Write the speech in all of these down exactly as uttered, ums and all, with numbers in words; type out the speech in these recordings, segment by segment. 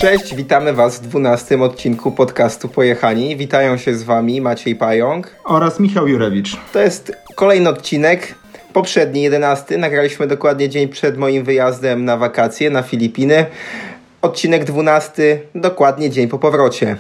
Cześć, witamy Was w dwunastym odcinku podcastu Pojechani. Witają się z Wami Maciej Pająk oraz Michał Jurewicz. To jest kolejny odcinek, poprzedni, jedenasty. Nagraliśmy dokładnie dzień przed moim wyjazdem na wakacje na Filipiny. Odcinek dwunasty, dokładnie dzień po powrocie.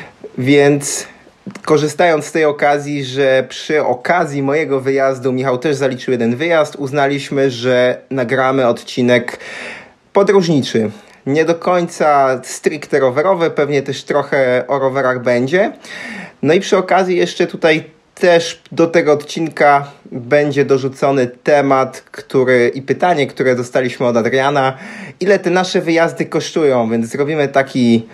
Więc korzystając z tej okazji, że przy okazji mojego wyjazdu Michał też zaliczył jeden wyjazd, uznaliśmy, że nagramy odcinek podróżniczy. Nie do końca stricte rowerowy, pewnie też trochę o rowerach będzie. No i przy okazji jeszcze tutaj też do tego odcinka będzie dorzucony temat, który i pytanie, które dostaliśmy od Adriana. Ile te nasze wyjazdy kosztują? Więc zrobimy taki,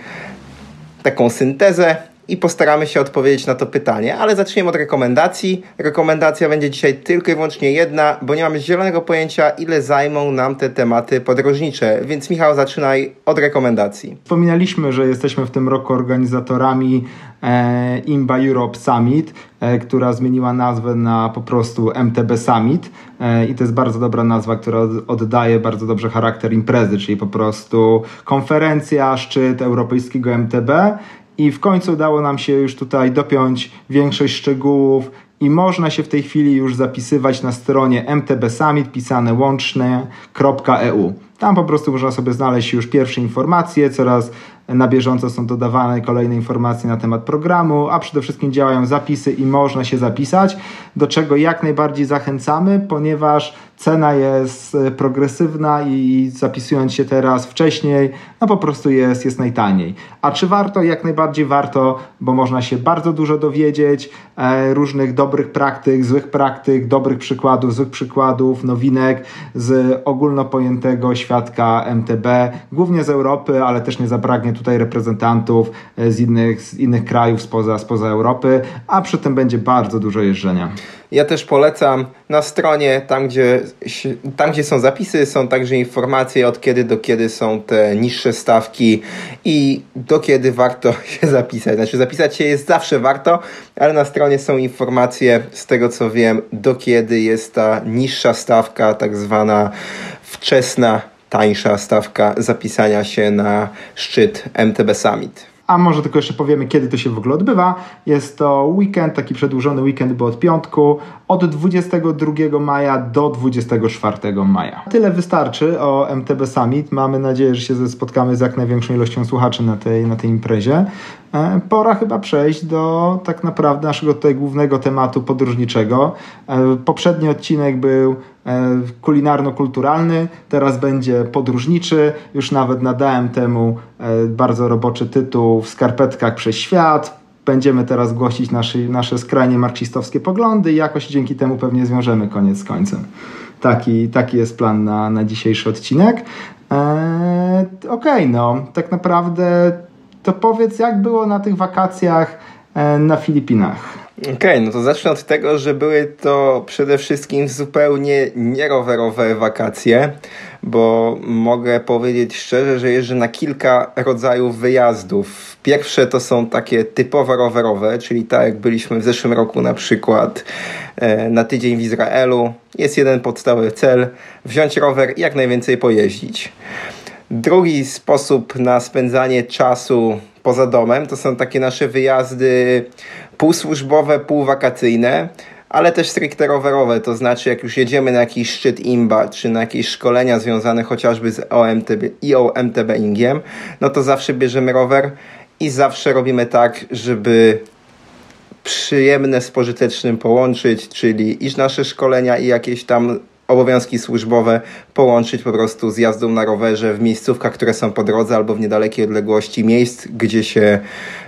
taką syntezę i postaramy się odpowiedzieć na to pytanie. Ale zaczniemy od rekomendacji. Rekomendacja będzie dzisiaj tylko i wyłącznie jedna, bo nie mamy zielonego pojęcia, ile zajmą nam te tematy podróżnicze. Więc Michał, zaczynaj od rekomendacji. Wspominaliśmy, że jesteśmy w tym roku organizatorami e, Imba Europe Summit, e, która zmieniła nazwę na po prostu M T B Summit. E, I to jest bardzo dobra nazwa, która oddaje bardzo dobrze charakter imprezy, czyli po prostu konferencja, szczyt europejskiego M T B. I w końcu udało nam się już tutaj dopiąć większość szczegółów i można się w tej chwili już zapisywać na stronie M T B Summit pisane łączne kropka e u. Tam po prostu można sobie znaleźć już pierwsze informacje, coraz na bieżąco są dodawane kolejne informacje na temat programu, a przede wszystkim działają zapisy i można się zapisać, do czego jak najbardziej zachęcamy, ponieważ cena jest progresywna i zapisując się teraz wcześniej, no po prostu jest, jest najtaniej. A czy warto? Jak najbardziej warto, bo można się bardzo dużo dowiedzieć e, różnych dobrych praktyk, złych praktyk, dobrych przykładów, złych przykładów, nowinek z ogólnopojętego świadka M T B, głównie z Europy, ale też nie zabraknie tutaj reprezentantów z innych, z innych krajów spoza, spoza Europy, a przy tym będzie bardzo dużo jeżdżenia. Ja też polecam na stronie, tam gdzie, tam gdzie są zapisy, są także informacje od kiedy do kiedy są te niższe stawki i do kiedy warto się zapisać. Znaczy zapisać się jest zawsze warto, ale na stronie są informacje z tego co wiem, do kiedy jest ta niższa stawka, tak zwana wczesna, tańsza stawka zapisania się na szczyt M T B Summit. A może tylko jeszcze powiemy, kiedy to się w ogóle odbywa. Jest to weekend, taki przedłużony weekend, bo od piątku, od dwudziestego drugiego maja do dwudziestego czwartego maja. Tyle wystarczy o M T B Summit. Mamy nadzieję, że się spotkamy z jak największą ilością słuchaczy na tej, na tej imprezie. E, pora chyba przejść do tak naprawdę naszego tutaj głównego tematu podróżniczego. E, poprzedni odcinek był kulinarno-kulturalny, teraz będzie podróżniczy, już nawet nadałem temu bardzo roboczy tytuł W skarpetkach przez świat. Będziemy teraz głosić nasze, nasze skrajnie marksistowskie poglądy i jakoś dzięki temu pewnie zwiążemy koniec z końcem. Taki, taki jest plan na, na dzisiejszy odcinek. Eee, Okej, okay, no tak naprawdę to powiedz, jak było na tych wakacjach e, na Filipinach. Okej, okay, no to zacznę od tego, że były to przede wszystkim zupełnie nierowerowe wakacje, bo mogę powiedzieć szczerze, że jeżdżę na kilka rodzajów wyjazdów. Pierwsze to są takie typowo rowerowe, czyli tak jak byliśmy w zeszłym roku na przykład e, na tydzień w Izraelu. Jest jeden podstawowy cel, wziąć rower i jak najwięcej pojeździć. Drugi sposób na spędzanie czasu poza domem to są takie nasze wyjazdy półsłużbowe, półwakacyjne, ale też stricte rowerowe, to znaczy jak już jedziemy na jakiś szczyt Imba, czy na jakieś szkolenia związane chociażby z O M T B, I O M T B Ingiem, no to zawsze bierzemy rower i zawsze robimy tak, żeby przyjemne z pożytecznym połączyć, czyli iż nasze szkolenia i jakieś tam obowiązki służbowe połączyć po prostu z jazdą na rowerze w miejscówkach, które są po drodze albo w niedalekiej odległości miejsc, gdzie się,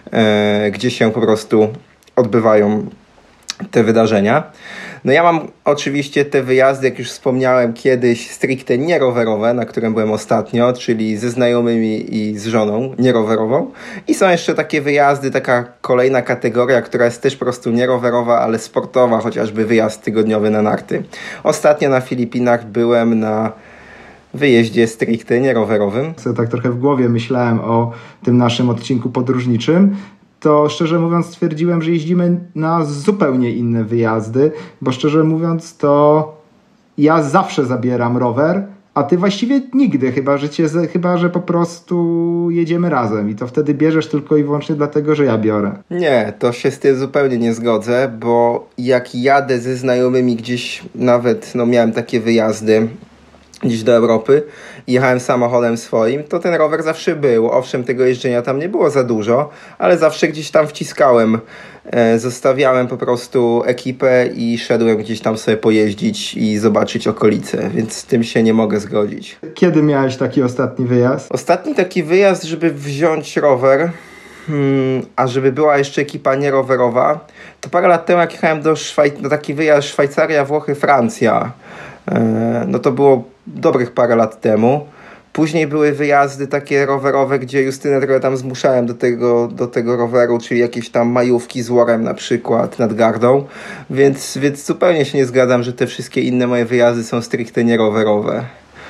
e, gdzie się po prostu odbywają te wydarzenia. No ja mam oczywiście te wyjazdy, jak już wspomniałem kiedyś, stricte nierowerowe, na którym byłem ostatnio, czyli ze znajomymi i z żoną, nierowerową. I są jeszcze takie wyjazdy, taka kolejna kategoria, która jest też po prostu nierowerowa, ale sportowa, chociażby wyjazd tygodniowy na narty. Ostatnio na Filipinach byłem na wyjeździe stricte nierowerowym. Ja tak trochę w głowie myślałem o tym naszym odcinku podróżniczym, to szczerze mówiąc stwierdziłem, że jeździmy na zupełnie inne wyjazdy, bo szczerze mówiąc to ja zawsze zabieram rower, a ty właściwie nigdy, chyba że, cię, chyba, że po prostu jedziemy razem i to wtedy bierzesz tylko i wyłącznie dlatego, że ja biorę. Nie, to się z tym zupełnie nie zgodzę, bo jak jadę ze znajomymi gdzieś, nawet no miałem takie wyjazdy gdzieś do Europy i jechałem samochodem swoim, to ten rower zawsze był. Owszem, tego jeżdżenia tam nie było za dużo, ale zawsze gdzieś tam wciskałem. E, zostawiałem po prostu ekipę i szedłem gdzieś tam sobie pojeździć i zobaczyć okolice, więc z tym się nie mogę zgodzić. Kiedy miałeś taki ostatni wyjazd? Ostatni taki wyjazd, żeby wziąć rower, hmm, a żeby była jeszcze ekipa nierowerowa, to parę lat temu jak jechałem do Szwaj- na taki wyjazd Szwajcaria, Włochy, Francja. E, no to było dobrych parę lat temu. Później były wyjazdy takie rowerowe, gdzie Justynę trochę tam zmuszałem do tego, do tego roweru, czyli jakieś tam majówki z Łorem na przykład nad Gardą, więc, więc zupełnie się nie zgadzam, że te wszystkie inne moje wyjazdy są stricte nierowerowe,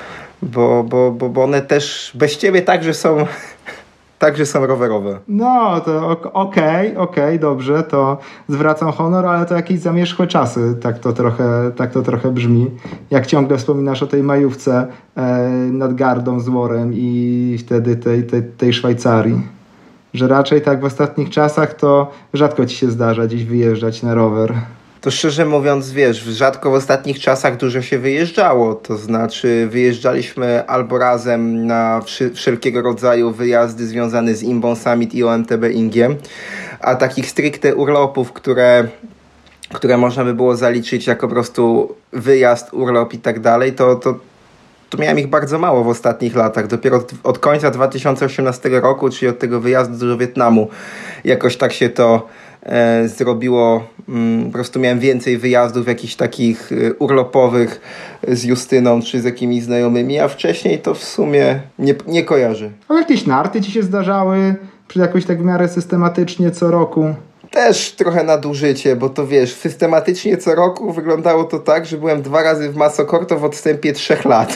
bo, bo, bo, bo one też bez ciebie także są... Także są rowerowe. No, to okej, okej, okay, okay, dobrze, to zwracam honor, ale to jakieś zamierzchłe czasy, tak to trochę, tak to trochę brzmi. Jak ciągle wspominasz o tej majówce e, nad Gardą z Łorem i wtedy tej, tej, tej Szwajcarii. Że raczej tak w ostatnich czasach to rzadko ci się zdarza gdzieś wyjeżdżać na rower. To szczerze mówiąc, wiesz, rzadko w ostatnich czasach dużo się wyjeżdżało, to znaczy wyjeżdżaliśmy albo razem na wszelkiego rodzaju wyjazdy związane z Imbą Summit i O M T B Ingiem, a takich stricte urlopów, które, które można by było zaliczyć jako po prostu wyjazd, urlop i tak dalej, to, to, to miałem ich bardzo mało w ostatnich latach. Dopiero od, od końca dwa tysiące osiemnastego roku, czyli od tego wyjazdu do Wietnamu, jakoś tak się to E, zrobiło, mm, po prostu miałem więcej wyjazdów jakichś takich e, urlopowych z Justyną czy z jakimiś znajomymi, a wcześniej to w sumie nie, nie kojarzę. A jakieś narty ci się zdarzały jakoś tak w miarę systematycznie co roku? Też trochę nadużycie, bo to wiesz, systematycznie co roku wyglądało to tak, że byłem dwa razy w Masokorto w odstępie trzech lat.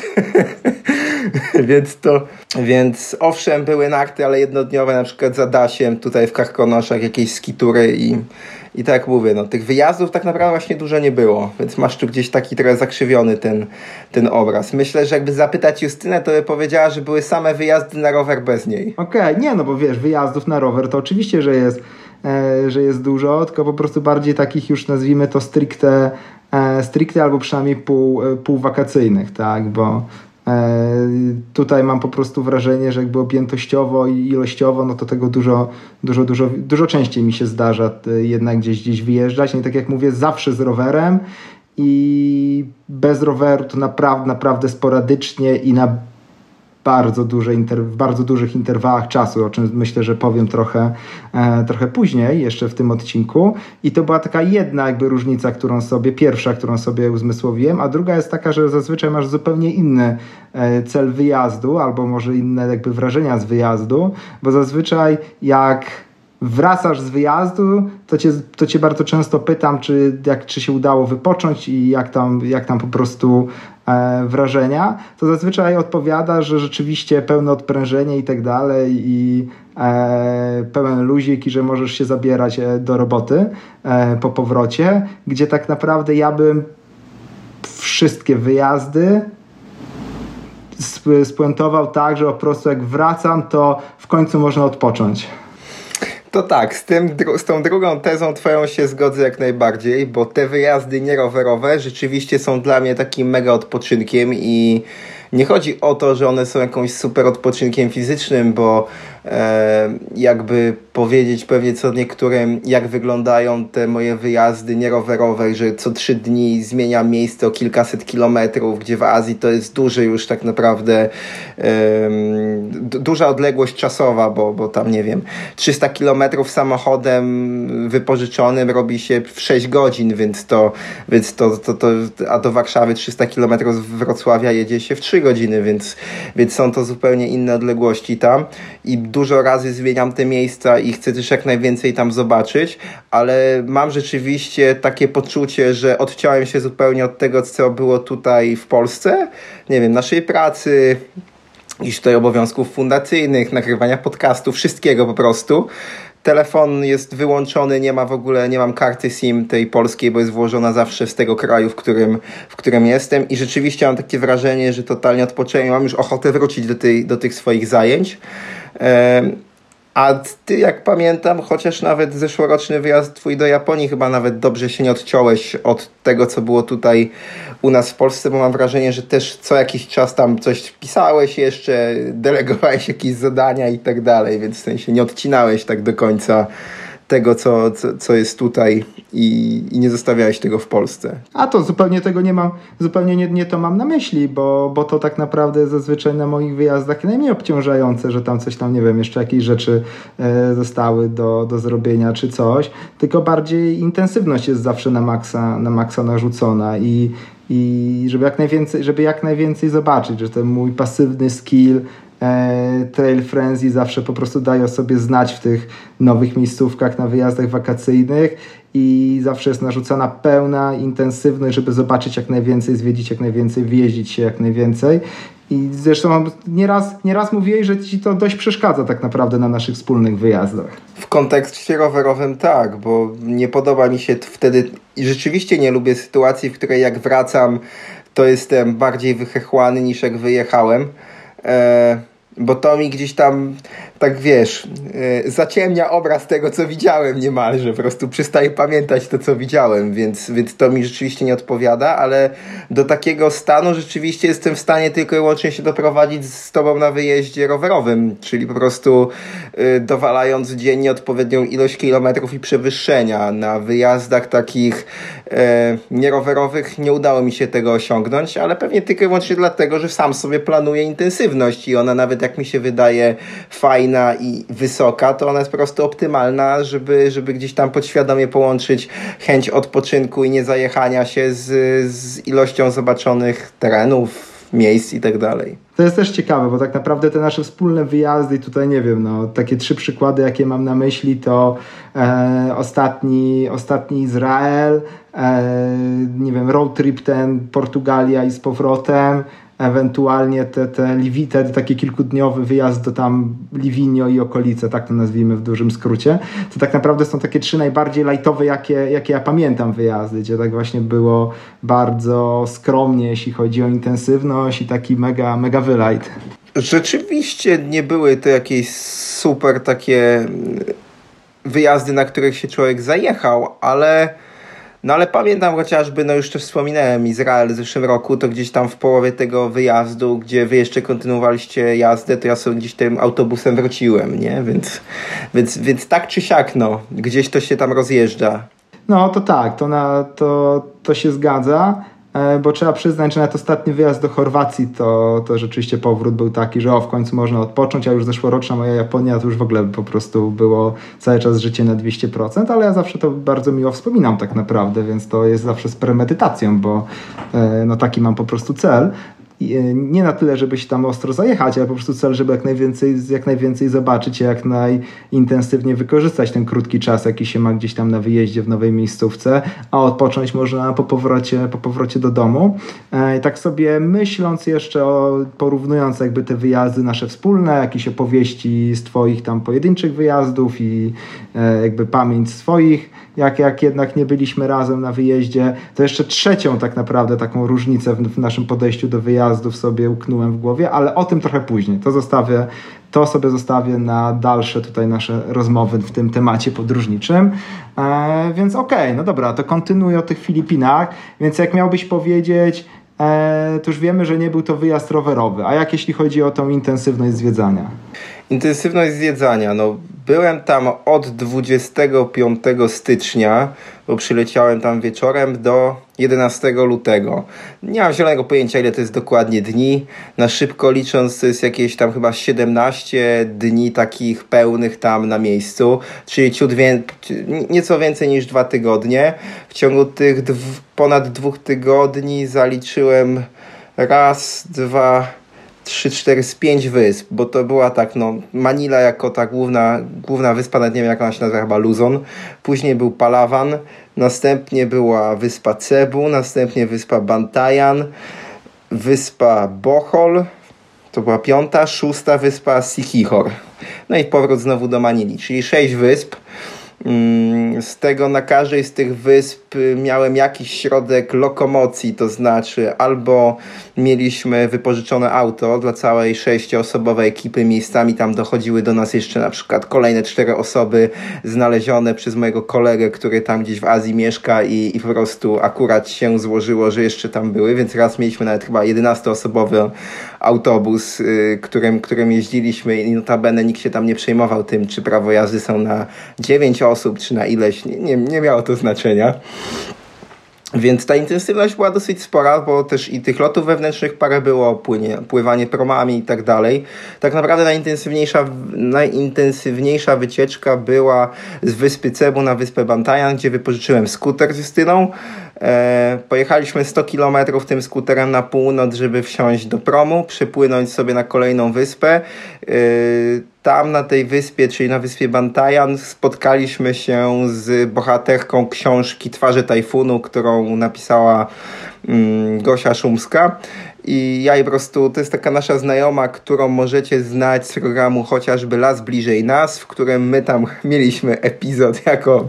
Więc to, więc owszem, były narty, ale jednodniowe, na przykład za Dasiem, tutaj w Karkonoszach, jakieś skitury i, i tak jak mówię, no, tych wyjazdów tak naprawdę właśnie dużo nie było, więc masz tu gdzieś taki trochę zakrzywiony ten, ten obraz. Myślę, że jakby zapytać Justynę, to by powiedziała, że były same wyjazdy na rower bez niej. Okej, okay, nie, no bo wiesz, wyjazdów na rower to oczywiście, że jest, e, że jest dużo, tylko po prostu bardziej takich już nazwijmy to stricte, e, stricte albo przynajmniej pół, e, półwakacyjnych, tak, bo tutaj mam po prostu wrażenie, że jakby objętościowo i ilościowo, no to tego dużo, dużo, dużo, dużo częściej mi się zdarza jednak gdzieś, gdzieś wyjeżdżać. No i tak jak mówię, zawsze z rowerem i bez roweru to naprawdę, naprawdę sporadycznie i na bardzo, duże inter, w bardzo dużych interwałach czasu, o czym myślę, że powiem trochę, e, trochę później, jeszcze w tym odcinku. I to była taka jedna jakby różnica, którą sobie, pierwsza, którą sobie uzmysłowiłem, a druga jest taka, że zazwyczaj masz zupełnie inny e, cel wyjazdu, albo może inne jakby wrażenia z wyjazdu, bo zazwyczaj jak wracasz z wyjazdu, to cię, to cię bardzo często pytam, czy, jak, czy się udało wypocząć i jak tam, jak tam po prostu e, wrażenia, to zazwyczaj odpowiada, że rzeczywiście pełne odprężenie i tak dalej i e, pełen luzik i że możesz się zabierać do roboty e, po powrocie, gdzie tak naprawdę ja bym wszystkie wyjazdy spuentował tak, że po prostu jak wracam, to w końcu można odpocząć. To tak, z, tym, z tą drugą tezą twoją się zgodzę jak najbardziej, bo te wyjazdy nierowerowe rzeczywiście są dla mnie takim mega odpoczynkiem i nie chodzi o to, że one są jakimś super odpoczynkiem fizycznym, bo e, jakby powiedzieć pewnie co niektórym, jak wyglądają te moje wyjazdy nierowerowe, że co trzy dni zmieniam miejsce o kilkaset kilometrów, gdzie w Azji to jest duży już tak naprawdę e, d- duża odległość czasowa, bo, bo tam nie wiem, trzysta kilometrów samochodem wypożyczonym robi się w sześć godzin, więc to, więc to, to, to a do Warszawy trzysta kilometrów z Wrocławia jedzie się w trzy godziny, więc, więc są to zupełnie inne odległości tam i dużo razy zmieniam te miejsca i chcę też jak najwięcej tam zobaczyć, ale mam rzeczywiście takie poczucie, że odciąłem się zupełnie od tego, co było tutaj w Polsce, nie wiem, naszej pracy, iż tutaj obowiązków fundacyjnych, nagrywania podcastów, wszystkiego po prostu. telefon jest wyłączony, nie ma w ogóle, nie mam karty SIM tej polskiej, bo jest włożona zawsze z tego kraju, w którym, w którym jestem i rzeczywiście mam takie wrażenie, że totalnie odpocząłem, mam już ochotę wrócić do, tej, do tych swoich zajęć. A ty, jak pamiętam, chociaż nawet zeszłoroczny wyjazd twój do Japonii chyba nawet dobrze się nie odciąłeś od tego, co było tutaj u nas w Polsce, bo mam wrażenie, że też co jakiś czas tam coś pisałeś jeszcze, delegowałeś jakieś zadania i tak dalej, więc w sensie nie odcinałeś tak do końca tego, co, co, co jest tutaj i, i nie zostawiałeś tego w Polsce. A to zupełnie tego nie mam, zupełnie nie, nie to mam na myśli, bo, bo to tak naprawdę zazwyczaj na moich wyjazdach najmniej obciążające, że tam coś tam, nie wiem, jeszcze jakieś rzeczy e, zostały do, do zrobienia czy coś, tylko bardziej intensywność jest zawsze na maksa, na maksa narzucona i i żeby jak najwięcej, żeby jak najwięcej zobaczyć, że ten mój pasywny skill e, Trail Frenzy zawsze po prostu daje o sobie znać w tych nowych miejscówkach na wyjazdach wakacyjnych i zawsze jest narzucona pełna intensywność, żeby zobaczyć jak najwięcej, zwiedzić jak najwięcej, wyjeździć się jak najwięcej. I zresztą nieraz, nieraz mówiłeś, że ci to dość przeszkadza tak naprawdę na naszych wspólnych wyjazdach. W kontekście rowerowym tak, bo nie podoba mi się wtedy i rzeczywiście nie lubię sytuacji, w której jak wracam, to jestem bardziej wychechłany niż jak wyjechałem, e, bo to mi gdzieś tam, tak wiesz, e, zaciemnia obraz tego, co widziałem niemalże, po prostu przestaję pamiętać to, co widziałem, więc, więc to mi rzeczywiście nie odpowiada, ale do takiego stanu rzeczywiście jestem w stanie tylko i wyłącznie się doprowadzić z tobą na wyjeździe rowerowym, czyli po prostu e, dowalając dziennie odpowiednią ilość kilometrów i przewyższenia. Na wyjazdach takich e, nierowerowych nie udało mi się tego osiągnąć, ale pewnie tylko i wyłącznie dlatego, że sam sobie planuję intensywność i ona nawet jak mi się wydaje fajna i wysoka, to ona jest po prostu optymalna, żeby, żeby gdzieś tam podświadomie połączyć chęć odpoczynku i nie zajechania się z, z ilością zobaczonych terenów, miejsc i tak dalej. To jest też ciekawe, bo tak naprawdę te nasze wspólne wyjazdy, i tutaj nie wiem, no takie trzy przykłady, jakie mam na myśli, to e, ostatni, ostatni Izrael, e, nie wiem, road trip ten Portugalia i z powrotem, ewentualnie te, te Livite, taki kilkudniowy wyjazd do tam Livigno i okolice, tak to nazwijmy w dużym skrócie. To tak naprawdę są takie trzy najbardziej lightowe, jakie, jakie ja pamiętam wyjazdy, gdzie tak właśnie było bardzo skromnie, jeśli chodzi o intensywność i taki mega, mega wylight. Rzeczywiście nie były to jakieś super takie wyjazdy, na których się człowiek zajechał, ale No ale pamiętam chociażby, no już też wspominałem, Izrael w zeszłym roku, to gdzieś tam w połowie tego wyjazdu, gdzie wy jeszcze kontynuowaliście jazdę, to ja sobie gdzieś tym autobusem wróciłem, nie? Więc, więc, więc tak czy siak, no, gdzieś to się tam rozjeżdża. No to tak, to, na, to, to się zgadza, bo trzeba przyznać, że nawet ostatni wyjazd do Chorwacji to, to rzeczywiście powrót był taki, że o, w końcu można odpocząć, a już zeszłoroczna moja Japonia to już w ogóle po prostu było cały czas życie na dwieście procent, ale ja zawsze to bardzo miło wspominam tak naprawdę, więc to jest zawsze z premedytacją, bo no taki mam po prostu cel. Nie na tyle, żeby się tam ostro zajechać, ale po prostu cel, żeby jak najwięcej, jak najwięcej zobaczyć, jak najintensywniej wykorzystać ten krótki czas, jaki się ma gdzieś tam na wyjeździe w nowej miejscówce, a odpocząć można po powrocie, po powrocie do domu. I tak sobie myśląc jeszcze, o, porównując jakby te wyjazdy nasze wspólne, jakieś opowieści z twoich tam pojedynczych wyjazdów i jakby pamięć swoich, jak, jak jednak nie byliśmy razem na wyjeździe, to jeszcze trzecią tak naprawdę taką różnicę w, w naszym podejściu do wyjazdów sobie uknąłem w głowie, ale o tym trochę później. To zostawię, to sobie zostawię na dalsze tutaj nasze rozmowy w tym temacie podróżniczym. E, więc okej, okay, no dobra, to kontynuuję o tych Filipinach, więc jak miałbyś powiedzieć, e, to już wiemy, że nie był to wyjazd rowerowy, a jak jeśli chodzi o tą intensywność zwiedzania? Intensywność zwiedzania, no byłem tam od dwudziestego piątego stycznia, bo przyleciałem tam wieczorem do jedenastego lutego. Nie mam zielonego pojęcia, ile to jest dokładnie dni. Na szybko licząc, to jest jakieś tam chyba siedemnaście dni takich pełnych tam na miejscu, czyli ciut wię- nieco więcej niż dwa tygodnie. W ciągu tych dw- ponad dwóch tygodni zaliczyłem raz, dwa... trzy, cztery z pięć wysp, bo to była tak, no, Manila jako ta główna, główna wyspa, nawet nie wiem jak ona się nazywa, chyba Luzon, później był Palawan, następnie była wyspa Cebu, następnie wyspa Bantayan, wyspa Bohol, to była piąta, szósta wyspa Siquijor. No i powrót znowu do Manili, czyli sześć wysp. Z tego na każdej z tych wysp miałem jakiś środek lokomocji, to znaczy albo mieliśmy wypożyczone auto dla całej sześcioosobowej ekipy, miejscami tam dochodziły do nas jeszcze na przykład kolejne cztery osoby znalezione przez mojego kolegę, który tam gdzieś w Azji mieszka i, i po prostu akurat się złożyło, że jeszcze tam były, więc raz mieliśmy nawet chyba jedenastoosobowy autobus, y, którym, którym jeździliśmy i notabene nikt się tam nie przejmował tym, czy prawo jazdy są na dziewięć osób, czy na ileś, nie, nie, nie miało to znaczenia. Więc ta intensywność była dosyć spora, bo też i tych lotów wewnętrznych parę było, płynie, pływanie promami i tak dalej. Tak naprawdę najintensywniejsza, najintensywniejsza wycieczka była z wyspy Cebu na wyspę Bantayan, gdzie wypożyczyłem skuter z Justyną. E, pojechaliśmy sto kilometrów tym skuterem na północ, żeby wsiąść do promu, przepłynąć sobie na kolejną wyspę. E, Tam na tej wyspie, czyli na wyspie Bantayan, spotkaliśmy się z bohaterką książki Twarze Tajfunu, którą napisała um, Gosia Szumska. I ja i po prostu, to jest taka nasza znajoma, którą możecie znać z programu chociażby Las Bliżej Nas, w którym my tam mieliśmy epizod jako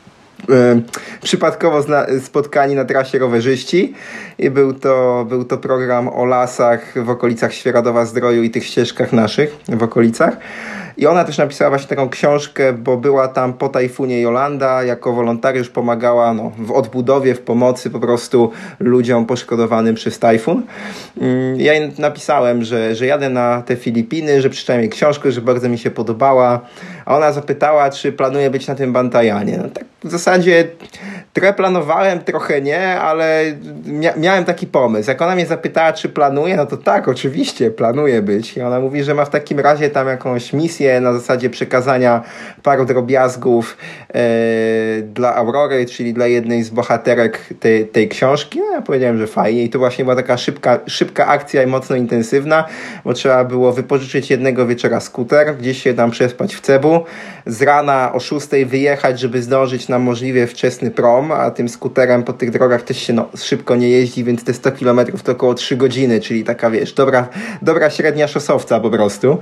przypadkowo zna- spotkani na trasie rowerzyści i był to, był to program o lasach w okolicach Świeradowa-Zdroju i tych ścieżkach naszych w okolicach. I ona też napisała właśnie taką książkę, bo była tam po tajfunie Jolanda, jako wolontariusz pomagała no, w odbudowie, w pomocy po prostu ludziom poszkodowanym przez tajfun. Ja jej napisałem, że, że jadę na te Filipiny, że przeczytałem jej książkę, że bardzo mi się podobała, a ona zapytała, czy planuję być na tym Bantayanie. No tak w zasadzie trochę planowałem, trochę nie, ale mia- miałem taki pomysł. Jak ona mnie zapytała, czy planuję, no to tak, oczywiście planuję być. I ona mówi, że ma w takim razie tam jakąś misję na zasadzie przekazania paru drobiazgów e, dla Aurory, czyli dla jednej z bohaterek tej, tej książki. No ja powiedziałem, że fajnie. I to właśnie była taka szybka, szybka akcja i mocno intensywna, bo trzeba było wypożyczyć jednego wieczora skuter, gdzieś się tam przespać w Cebu, z rana o szóstej wyjechać, żeby zdążyć na możliwie wczesny prom, a tym skuterem po tych drogach też się no, szybko nie jeździ, więc te sto kilometrów to około trzy godziny, czyli taka, wiesz, dobra, dobra średnia szosowca po prostu.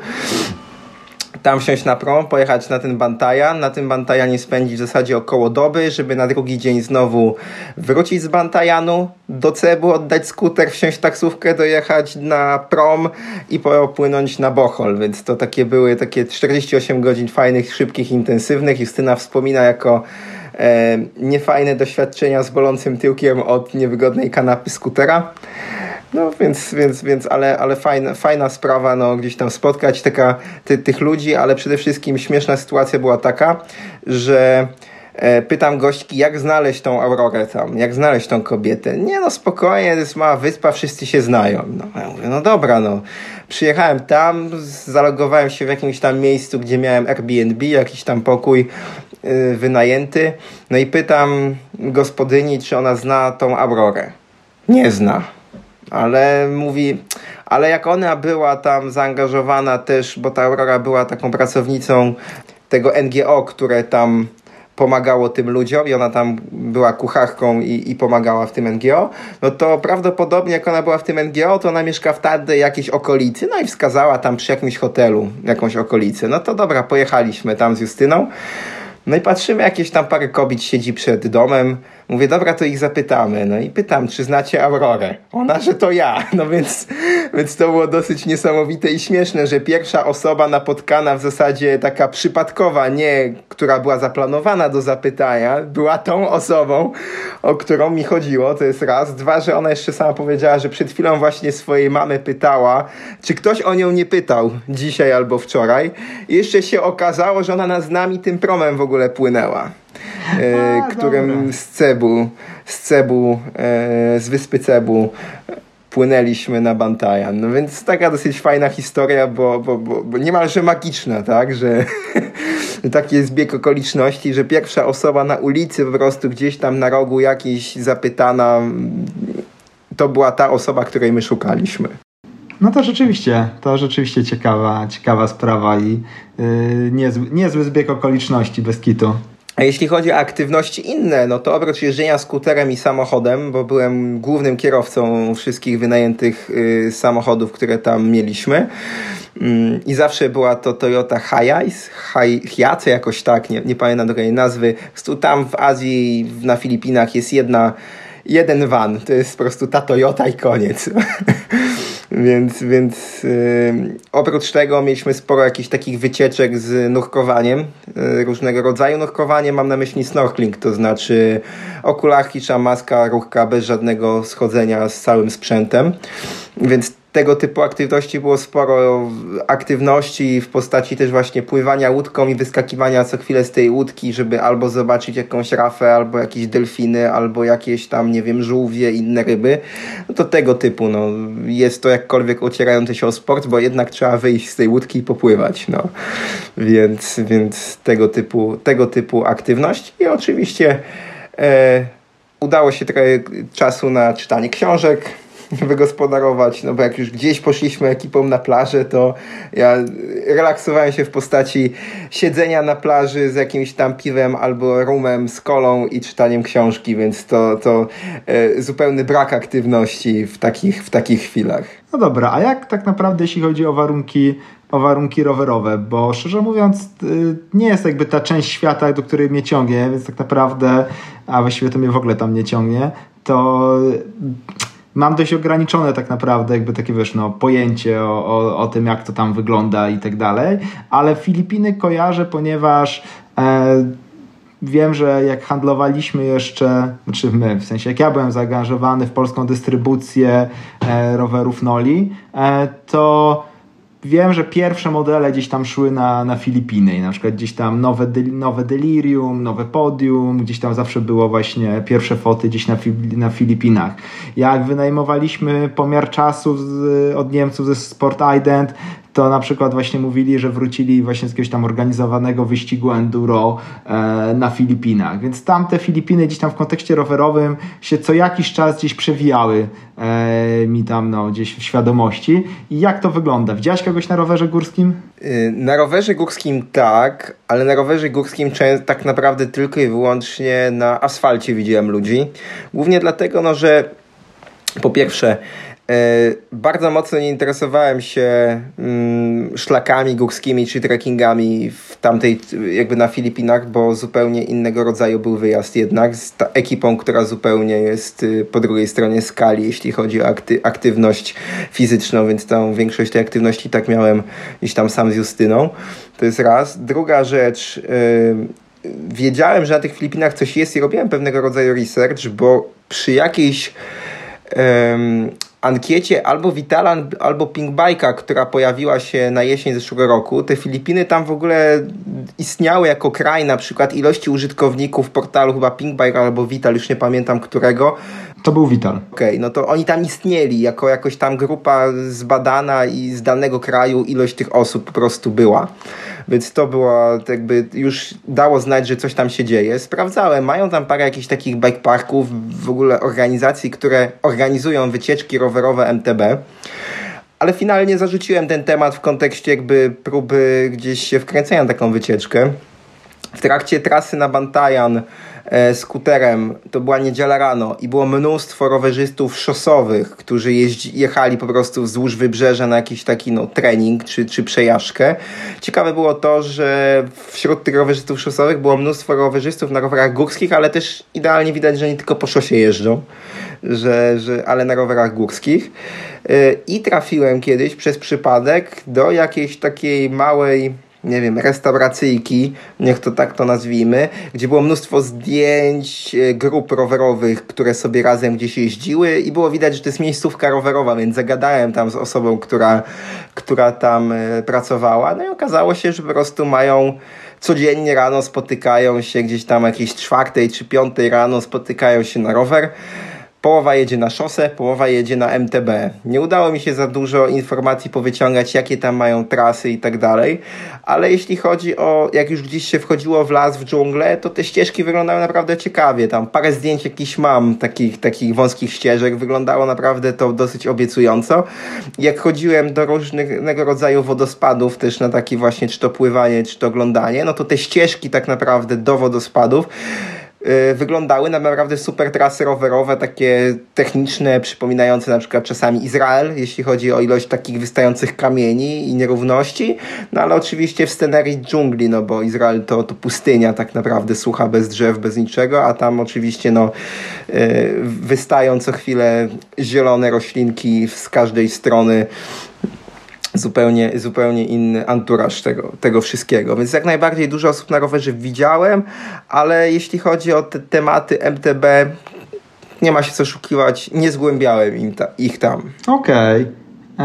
Tam wsiąść na prom, pojechać na ten Bantayan, na tym Bantayanie spędzić w zasadzie około doby, żeby na drugi dzień znowu wrócić z Bantayanu do Cebu, oddać skuter, wsiąść w taksówkę, dojechać na prom i popłynąć na Bohol, więc to takie były takie czterdzieści osiem godzin fajnych, szybkich, intensywnych. Justyna wspomina jako e, niefajne doświadczenia z bolącym tyłkiem od niewygodnej kanapy skutera. No więc, więc, więc ale, ale fajna, fajna sprawa, no gdzieś tam spotkać taka, ty, tych ludzi, ale przede wszystkim śmieszna sytuacja była taka, że e, pytam gośćki, jak znaleźć tą Aurorę tam, jak znaleźć tą kobietę. Nie no, spokojnie, to jest mała wyspa, wszyscy się znają. No ja mówię, no dobra, no. Przyjechałem tam, zalogowałem się w jakimś tam miejscu, gdzie miałem Airbnb, jakiś tam pokój y, wynajęty. No i pytam gospodyni, czy ona zna tą Aurorę. Nie zna. Ale mówi, ale jak ona była tam zaangażowana też, bo ta Aurora była taką pracownicą tego N G O, które tam pomagało tym ludziom i ona tam była kucharką i, i pomagała w tym N G O, no to prawdopodobnie jak ona była w tym N G O, to ona mieszka w tamtej jakiejś okolicy, no i wskazała tam przy jakimś hotelu jakąś okolicę. No to dobra, pojechaliśmy tam z Justyną. No i patrzymy, jakieś tam parę kobiet siedzi przed domem. Mówię, dobra, to ich zapytamy. No i pytam, czy znacie Aurorę? Ona, że to ja. No więc, więc to było dosyć niesamowite i śmieszne, że pierwsza osoba napotkana w zasadzie taka przypadkowa, nie która była zaplanowana do zapytania, była tą osobą, o którą mi chodziło. To jest raz. Dwa, że ona jeszcze sama powiedziała, że przed chwilą właśnie swojej mamy pytała, czy ktoś o nią nie pytał dzisiaj albo wczoraj. I jeszcze się okazało, że ona nas z nami tym promem w ogóle płynęła. E, A, którym dobra. z Cebu, z Cebu, e, z wyspy Cebu płynęliśmy na Bantayan. No więc taka dosyć fajna historia, bo, bo, bo, bo niemalże magiczna, tak, że taki jest bieg okoliczności, że pierwsza osoba na ulicy po prostu gdzieś tam na rogu jakiejś zapytana, to była ta osoba, której my szukaliśmy. No to rzeczywiście, to rzeczywiście ciekawa, ciekawa sprawa i yy, niezły, niezły zbieg okoliczności bez kitu. A jeśli chodzi o aktywności inne, no to oprócz jeżdżenia skuterem i samochodem, bo byłem głównym kierowcą wszystkich wynajętych y, samochodów, które tam mieliśmy, y, i zawsze była to Toyota Hiace, Hiace jakoś tak, nie, nie pamiętam dokładnie nazwy. Tam w Azji, na Filipinach jest jedna, jeden van, to jest po prostu ta Toyota i koniec. Więc, więc yy, oprócz tego mieliśmy sporo jakichś takich wycieczek z nurkowaniem, yy, różnego rodzaju nurkowanie, mam na myśli snorkeling, to znaczy okularki, czy maska, ruchka bez żadnego schodzenia z całym sprzętem, więc tego typu aktywności było sporo, aktywności w postaci też właśnie pływania łódką i wyskakiwania co chwilę z tej łódki, żeby albo zobaczyć jakąś rafę, albo jakieś delfiny, albo jakieś tam, nie wiem, żółwie, inne ryby. No to tego typu, no. Jest to jakkolwiek ocierające się o sport, bo jednak trzeba wyjść z tej łódki i popływać, no. Więc, więc tego typu, tego typu aktywność. I oczywiście e, udało się trochę czasu na czytanie książek, wygospodarować, no bo jak już gdzieś poszliśmy ekipą na plażę, to ja relaksowałem się w postaci siedzenia na plaży z jakimś tam piwem albo rumem z kolą i czytaniem książki, więc to, to e, zupełny brak aktywności w takich, w takich chwilach. No dobra, a jak tak naprawdę jeśli chodzi o warunki o warunki rowerowe, bo szczerze mówiąc nie jest jakby ta część świata, do której mnie ciągnie, więc tak naprawdę, a właściwie to mnie w ogóle tam nie ciągnie, to mam dość ograniczone tak naprawdę jakby takie, wiesz, no, pojęcie o, o, o tym, jak to tam wygląda i tak dalej, ale Filipiny kojarzę, ponieważ e, wiem, że jak handlowaliśmy jeszcze, znaczy my, w sensie jak ja byłem zaangażowany w polską dystrybucję e, rowerów Noli, e, to wiem, że pierwsze modele gdzieś tam szły na, na Filipiny i na przykład gdzieś tam nowe, nowe Delirium, nowe Podium, gdzieś tam zawsze było właśnie pierwsze foty gdzieś na, na Filipinach. Jak wynajmowaliśmy pomiar czasu z, od Niemców ze Sport Ident, to na przykład właśnie mówili, że wrócili właśnie z jakiegoś tam organizowanego wyścigu enduro e, na Filipinach. Więc tamte Filipiny gdzieś tam w kontekście rowerowym się co jakiś czas gdzieś przewijały e, mi tam no, gdzieś w świadomości. I jak to wygląda? Widziałeś kogoś na rowerze górskim? Na rowerze górskim tak, ale na rowerze górskim często, tak naprawdę tylko i wyłącznie na asfalcie widziałem ludzi. Głównie dlatego, no, że po pierwsze bardzo mocno nie interesowałem się mm, szlakami górskimi czy trekkingami w tamtej, jakby na Filipinach, bo zupełnie innego rodzaju był wyjazd jednak z ta ekipą, która zupełnie jest po drugiej stronie skali, jeśli chodzi o akty- aktywność fizyczną, więc tą większość tej aktywności tak miałem gdzieś tam sam z Justyną. To jest raz. Druga rzecz, yy, wiedziałem, że na tych Filipinach coś jest i robiłem pewnego rodzaju research, bo przy jakiejś yy, ankiecie albo Vitala, albo Pinkbike'a, która pojawiła się na jesień zeszłego roku, te Filipiny tam w ogóle istniały jako kraj, na przykład ilości użytkowników portalu chyba Pinkbike albo Vital, już nie pamiętam którego. To był Vital. Okej, okay, no to oni tam istnieli jako jakoś tam grupa zbadana i z danego kraju ilość tych osób po prostu była. Więc to było jakby już dało znać, że coś tam się dzieje. Sprawdzałem, mają tam parę jakichś takich bike parków, w ogóle organizacji, które organizują wycieczki rowerowe M T B. Ale finalnie zarzuciłem ten temat w kontekście jakby próby gdzieś się wkręcenia na taką wycieczkę. W trakcie trasy na Bantayan e, skuterem, to była niedziela rano i było mnóstwo rowerzystów szosowych, którzy jeździ, jechali po prostu wzdłuż wybrzeża na jakiś taki no, trening czy, czy przejażdżkę. Ciekawe było to, że wśród tych rowerzystów szosowych było mnóstwo rowerzystów na rowerach górskich, ale też idealnie widać, że nie tylko po szosie jeżdżą, że, że, ale na rowerach górskich. E, I trafiłem kiedyś przez przypadek do jakiejś takiej małej, nie wiem, restauracyjki, niech to tak to nazwijmy, gdzie było mnóstwo zdjęć grup rowerowych, które sobie razem gdzieś jeździły i było widać, że to jest miejscówka rowerowa, więc zagadałem tam z osobą, która, która tam pracowała, no i okazało się, że po prostu mają codziennie rano spotykają się gdzieś tam jakieś czwartej czy piątej rano spotykają się na rower. Połowa jedzie na szosę, połowa jedzie na M T B. Nie udało mi się za dużo informacji powyciągać, jakie tam mają trasy i tak dalej, ale jeśli chodzi o, jak już gdzieś się wchodziło w las, w dżunglę, to te ścieżki wyglądały naprawdę ciekawie. Tam parę zdjęć jakichś mam, takich, takich wąskich ścieżek, wyglądało naprawdę to dosyć obiecująco. Jak chodziłem do różnego rodzaju wodospadów, też na takie właśnie, czy to pływanie, czy to oglądanie, no to te ścieżki tak naprawdę do wodospadów wyglądały na naprawdę super trasy rowerowe, takie techniczne, przypominające na przykład czasami Izrael, jeśli chodzi o ilość takich wystających kamieni i nierówności, no ale oczywiście w scenerii dżungli, no bo Izrael to, to pustynia tak naprawdę, sucha, bez drzew, bez niczego, a tam oczywiście no wystają co chwilę zielone roślinki z każdej strony. Zupełnie, zupełnie inny anturaż tego, tego wszystkiego. Więc jak najbardziej dużo osób na rowerze widziałem, ale jeśli chodzi o te tematy M T B, nie ma się co oszukiwać, nie zgłębiałem im ta, ich tam. Okej. Okay.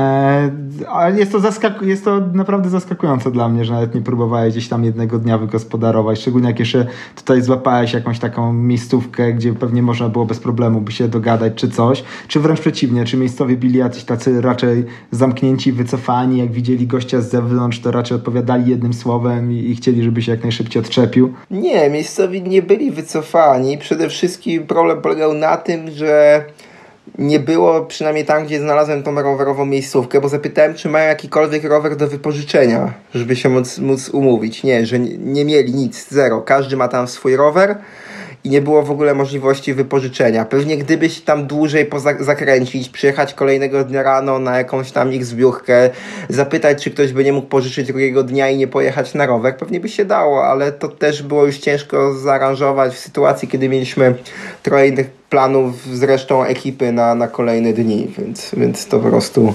Ale jest to, zaskaku- jest to naprawdę zaskakujące dla mnie, że nawet nie próbowałeś gdzieś tam jednego dnia wygospodarować, szczególnie jak jeszcze tutaj złapałeś jakąś taką miejscówkę, gdzie pewnie można było bez problemu by się dogadać czy coś, czy wręcz przeciwnie, czy miejscowi byli jacyś tacy raczej zamknięci, wycofani, jak widzieli gościa z zewnątrz, to raczej odpowiadali jednym słowem i, i chcieli, żeby się jak najszybciej odczepił? Nie, miejscowi nie byli wycofani. Przede wszystkim problem polegał na tym, że nie było, przynajmniej tam, gdzie znalazłem tą rowerową miejscówkę, bo zapytałem, czy mają jakikolwiek rower do wypożyczenia, żeby się móc, móc umówić. Nie, że nie, nie mieli nic, zero. Każdy ma tam swój rower i nie było w ogóle możliwości wypożyczenia. Pewnie gdybyś tam dłużej poza- zakręcić, przyjechać kolejnego dnia rano na jakąś tam ich zbiórkę, zapytać, czy ktoś by nie mógł pożyczyć drugiego dnia i nie pojechać na rower, pewnie by się dało, ale to też było już ciężko zaaranżować w sytuacji, kiedy mieliśmy trochę innych planów z resztą ekipy na, na kolejne dni, więc, więc to po prostu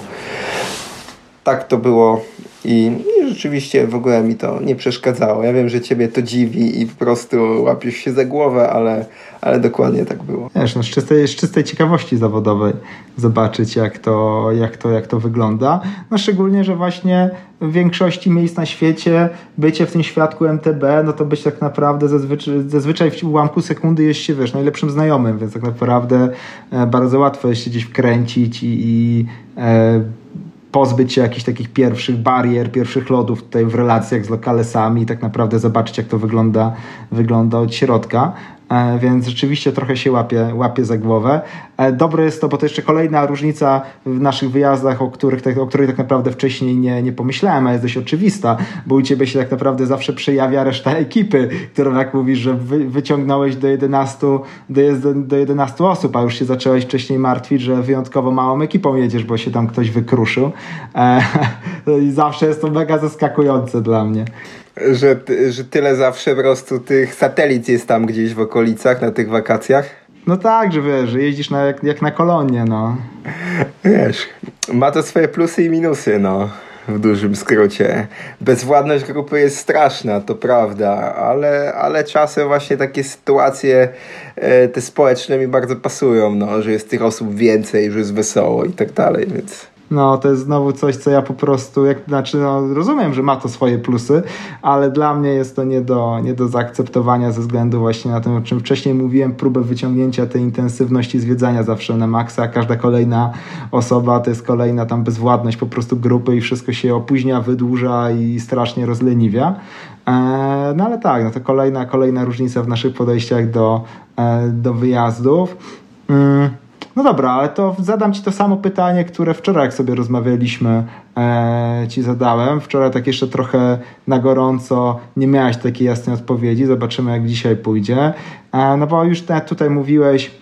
tak to było. I, I rzeczywiście w ogóle mi to nie przeszkadzało. Ja wiem, że ciebie to dziwi i po prostu łapiesz się za głowę, ale, ale dokładnie tak było. Wiesz, no z, czystej, z czystej ciekawości zawodowej zobaczyć, jak to, jak, to, jak to wygląda. No szczególnie, że właśnie w większości miejsc na świecie bycie w tym świadku M T B, no to być tak naprawdę zazwyczaj, zazwyczaj w ułamku sekundy jest się, wiesz, najlepszym znajomym, więc tak naprawdę e, bardzo łatwo jest się gdzieś wkręcić i, i e, pozbyć się jakichś takich pierwszych barier, pierwszych lodów tutaj w relacjach z lokalesami i tak naprawdę zobaczyć, jak to wygląda, wygląda od środka. E, więc rzeczywiście trochę się łapie, łapie za głowę. E, dobre jest to, bo to jeszcze kolejna różnica w naszych wyjazdach, o których, tak, o której tak naprawdę wcześniej nie, nie pomyślałem, a jest dość oczywista, bo u ciebie się tak naprawdę zawsze przejawia reszta ekipy, którą jak mówisz, że wy, wyciągnąłeś do jedenastu, do, do jedenastu osób, a już się zacząłeś wcześniej martwić, że wyjątkowo małą ekipą jedziesz, bo się tam ktoś wykruszył. E, I zawsze jest to mega zaskakujące dla mnie. Że, że tyle zawsze po prostu tych satelit jest tam gdzieś w okolicach na tych wakacjach? No tak, że wiesz, że jeździsz na, jak, jak na kolonie, no. Wiesz, ma to swoje plusy i minusy, no. W dużym skrócie. Bezwładność grupy jest straszna, to prawda, ale, ale czasem właśnie takie sytuacje e, te społeczne mi bardzo pasują, no, że jest tych osób więcej, że jest wesoło i tak dalej, więc... No, to jest znowu coś, co ja po prostu, jak, znaczy no, rozumiem, że ma to swoje plusy, ale dla mnie jest to nie do, nie do zaakceptowania ze względu właśnie na tym, o czym wcześniej mówiłem, próbę wyciągnięcia tej intensywności zwiedzania zawsze na maksa. Każda kolejna osoba to jest kolejna tam bezwładność po prostu grupy i wszystko się opóźnia, wydłuża i strasznie rozleniwia. E, no ale tak, no to kolejna, kolejna różnica w naszych podejściach do, e, do wyjazdów. Mm. No dobra, ale to zadam ci to samo pytanie, które wczoraj, jak sobie rozmawialiśmy, e, ci zadałem. Wczoraj tak jeszcze trochę na gorąco nie miałeś takiej jasnej odpowiedzi. Zobaczymy, jak dzisiaj pójdzie. E, no bo już te, tutaj mówiłeś,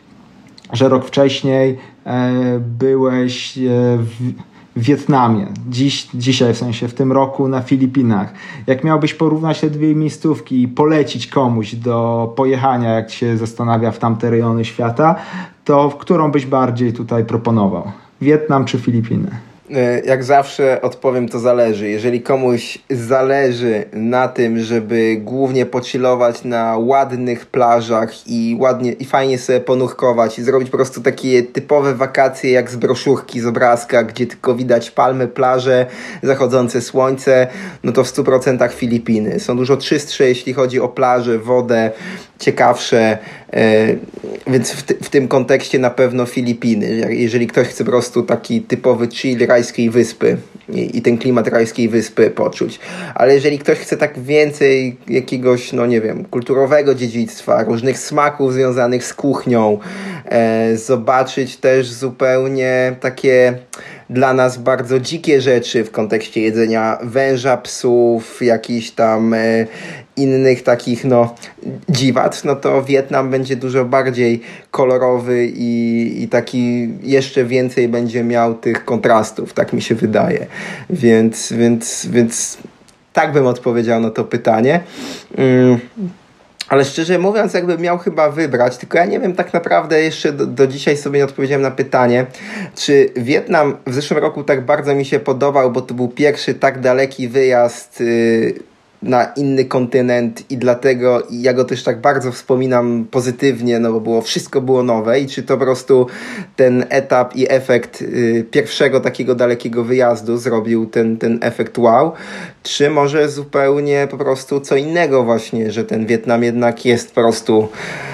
że rok wcześniej e, byłeś e, w w Wietnamie, Dziś, dzisiaj w sensie w tym roku na Filipinach. Jak miałbyś porównać te dwie miejscówki i polecić komuś do pojechania, jak się zastanawia w tamte rejony świata, to w którą byś bardziej tutaj proponował? Wietnam czy Filipiny? Jak zawsze odpowiem, to zależy. Jeżeli komuś zależy na tym, żeby głównie pochillować na ładnych plażach i ładnie i fajnie sobie ponurkować i zrobić po prostu takie typowe wakacje jak z broszurki, z obrazka, gdzie tylko widać palmy, plaże, zachodzące słońce, no to w stu procentach Filipiny. Są dużo czystsze, jeśli chodzi o plaże, wodę, ciekawsze, więc w, ty, w tym kontekście na pewno Filipiny. Jeżeli ktoś chce po prostu taki typowy chill rajskiej wyspy i, i ten klimat rajskiej wyspy poczuć. Ale jeżeli ktoś chce tak więcej jakiegoś, no nie wiem, kulturowego dziedzictwa, różnych smaków związanych z kuchnią, e, zobaczyć też zupełnie takie dla nas bardzo dzikie rzeczy w kontekście jedzenia węża, psów, jakichś tam e, innych takich no dziwat, no to Wietnam będzie dużo bardziej kolorowy i, i taki jeszcze więcej będzie miał tych kontrastów, tak mi się wydaje. Więc, więc, więc tak bym odpowiedział na to pytanie. Mm. Ale szczerze mówiąc, jakbym miał chyba wybrać, tylko ja nie wiem tak naprawdę jeszcze do, do dzisiaj sobie nie odpowiedziałem na pytanie, czy Wietnam w zeszłym roku tak bardzo mi się podobał, bo to był pierwszy tak daleki wyjazd yy, na inny kontynent i dlatego ja go też tak bardzo wspominam pozytywnie, no bo było, wszystko było nowe i czy to po prostu ten etap i efekt y, pierwszego takiego dalekiego wyjazdu zrobił ten, ten efekt wow, czy może zupełnie po prostu co innego właśnie, że ten Wietnam jednak jest po prostu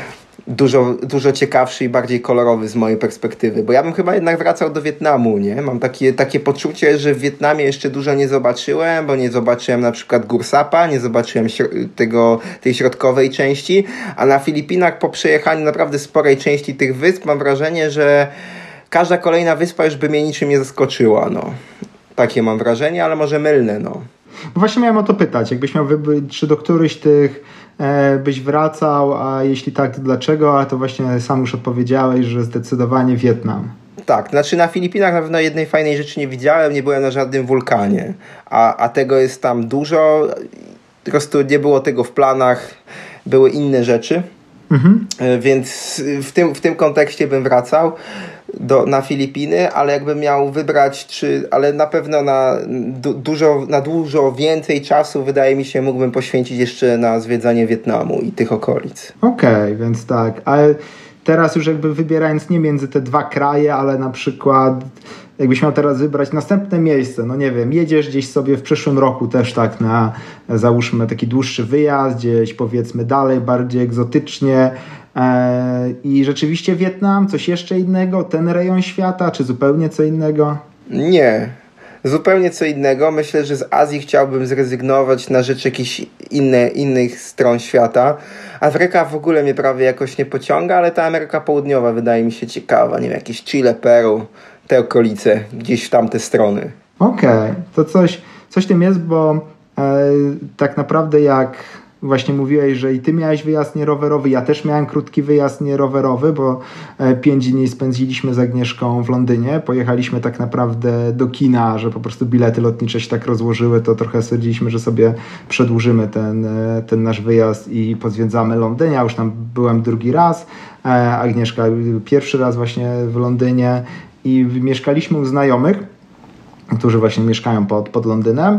dużo, dużo ciekawszy i bardziej kolorowy z mojej perspektywy, bo ja bym chyba jednak wracał do Wietnamu, nie? Mam takie, takie poczucie, że w Wietnamie jeszcze dużo nie zobaczyłem, bo nie zobaczyłem na przykład Gór Sapa, nie zobaczyłem tego, tej środkowej części, a na Filipinach po przejechaniu naprawdę sporej części tych wysp mam wrażenie, że każda kolejna wyspa już by mnie niczym nie zaskoczyła, no. Takie mam wrażenie, ale może mylne, no. Właśnie miałem o to pytać, jakbyś miał wybrać, czy do któryś tych e, byś wracał, a jeśli tak, to dlaczego? A to właśnie sam już odpowiedziałeś, że zdecydowanie Wietnam. Tak, znaczy na Filipinach na pewno jednej fajnej rzeczy nie widziałem, nie byłem na żadnym wulkanie, a, a tego jest tam dużo, po prostu nie było tego w planach, były inne rzeczy, mhm. Więc w tym, w tym kontekście bym wracał do, na Filipiny, ale jakbym miał wybrać, czy, ale na pewno na du, dużo, na dużo więcej czasu, wydaje mi się, mógłbym poświęcić jeszcze na zwiedzanie Wietnamu i tych okolic. Okej, okay, więc tak, ale teraz już jakby wybierając nie między te dwa kraje, ale na przykład jakbyś miał teraz wybrać następne miejsce, no nie wiem, jedziesz gdzieś sobie w przyszłym roku też tak na, załóżmy taki dłuższy wyjazd, gdzieś powiedzmy dalej, bardziej egzotycznie e, i rzeczywiście Wietnam, coś jeszcze innego, ten rejon świata, czy zupełnie co innego? Nie, zupełnie co innego. Myślę, że z Azji chciałbym zrezygnować na rzecz jakichś inne, innych stron świata. Afryka w ogóle mnie prawie jakoś nie pociąga, ale ta Ameryka Południowa wydaje mi się ciekawa. Nie wiem, jakieś Chile, Peru, te okolice, gdzieś w tamte strony. Okej, okay. To coś, coś tym jest, bo e, tak naprawdę jak właśnie mówiłeś, że i ty miałeś wyjazd nierowerowy, ja też miałem krótki wyjazd nierowerowy, bo e, pięć dni spędziliśmy z Agnieszką w Londynie. Pojechaliśmy tak naprawdę do kina, że po prostu bilety lotnicze się tak rozłożyły, to trochę stwierdziliśmy, że sobie przedłużymy ten, ten nasz wyjazd i pozwiedzamy Londyn. Ja już tam byłem drugi raz, e, Agnieszka pierwszy raz właśnie w Londynie. I mieszkaliśmy u znajomych, którzy właśnie mieszkają pod, pod Londynem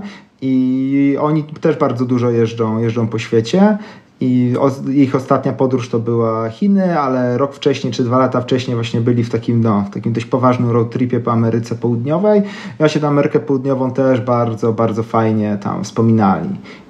i oni też bardzo dużo jeżdżą, jeżdżą po świecie i o, ich ostatnia podróż to była Chiny, ale rok wcześniej czy dwa lata wcześniej właśnie byli w takim, no, w takim dość poważnym road tripie po Ameryce Południowej. Ja się tę Amerykę Południową też bardzo, bardzo fajnie tam wspominali.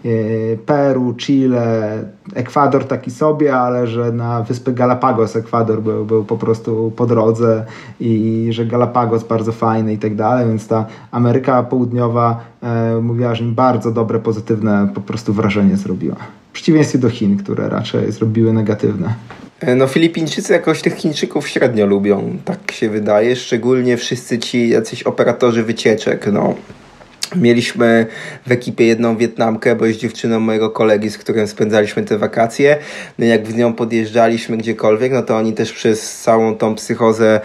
Peru, Chile, Ekwador taki sobie, ale że na wyspy Galapagos Ekwador był, był po prostu po drodze i że Galapagos bardzo fajny i tak dalej, więc ta Ameryka Południowa e, mówiła, że mi bardzo dobre, pozytywne po prostu wrażenie zrobiła. W przeciwieństwie do Chin, które raczej zrobiły negatywne. No Filipińczycy jakoś tych Chińczyków średnio lubią, tak się wydaje, szczególnie wszyscy ci jacyś operatorzy wycieczek, no. Mieliśmy w ekipie jedną Wietnamkę, bo jest dziewczyną mojego kolegi, z którym spędzaliśmy te wakacje. No jak z nią podjeżdżaliśmy gdziekolwiek, no to oni też przez całą tą psychozę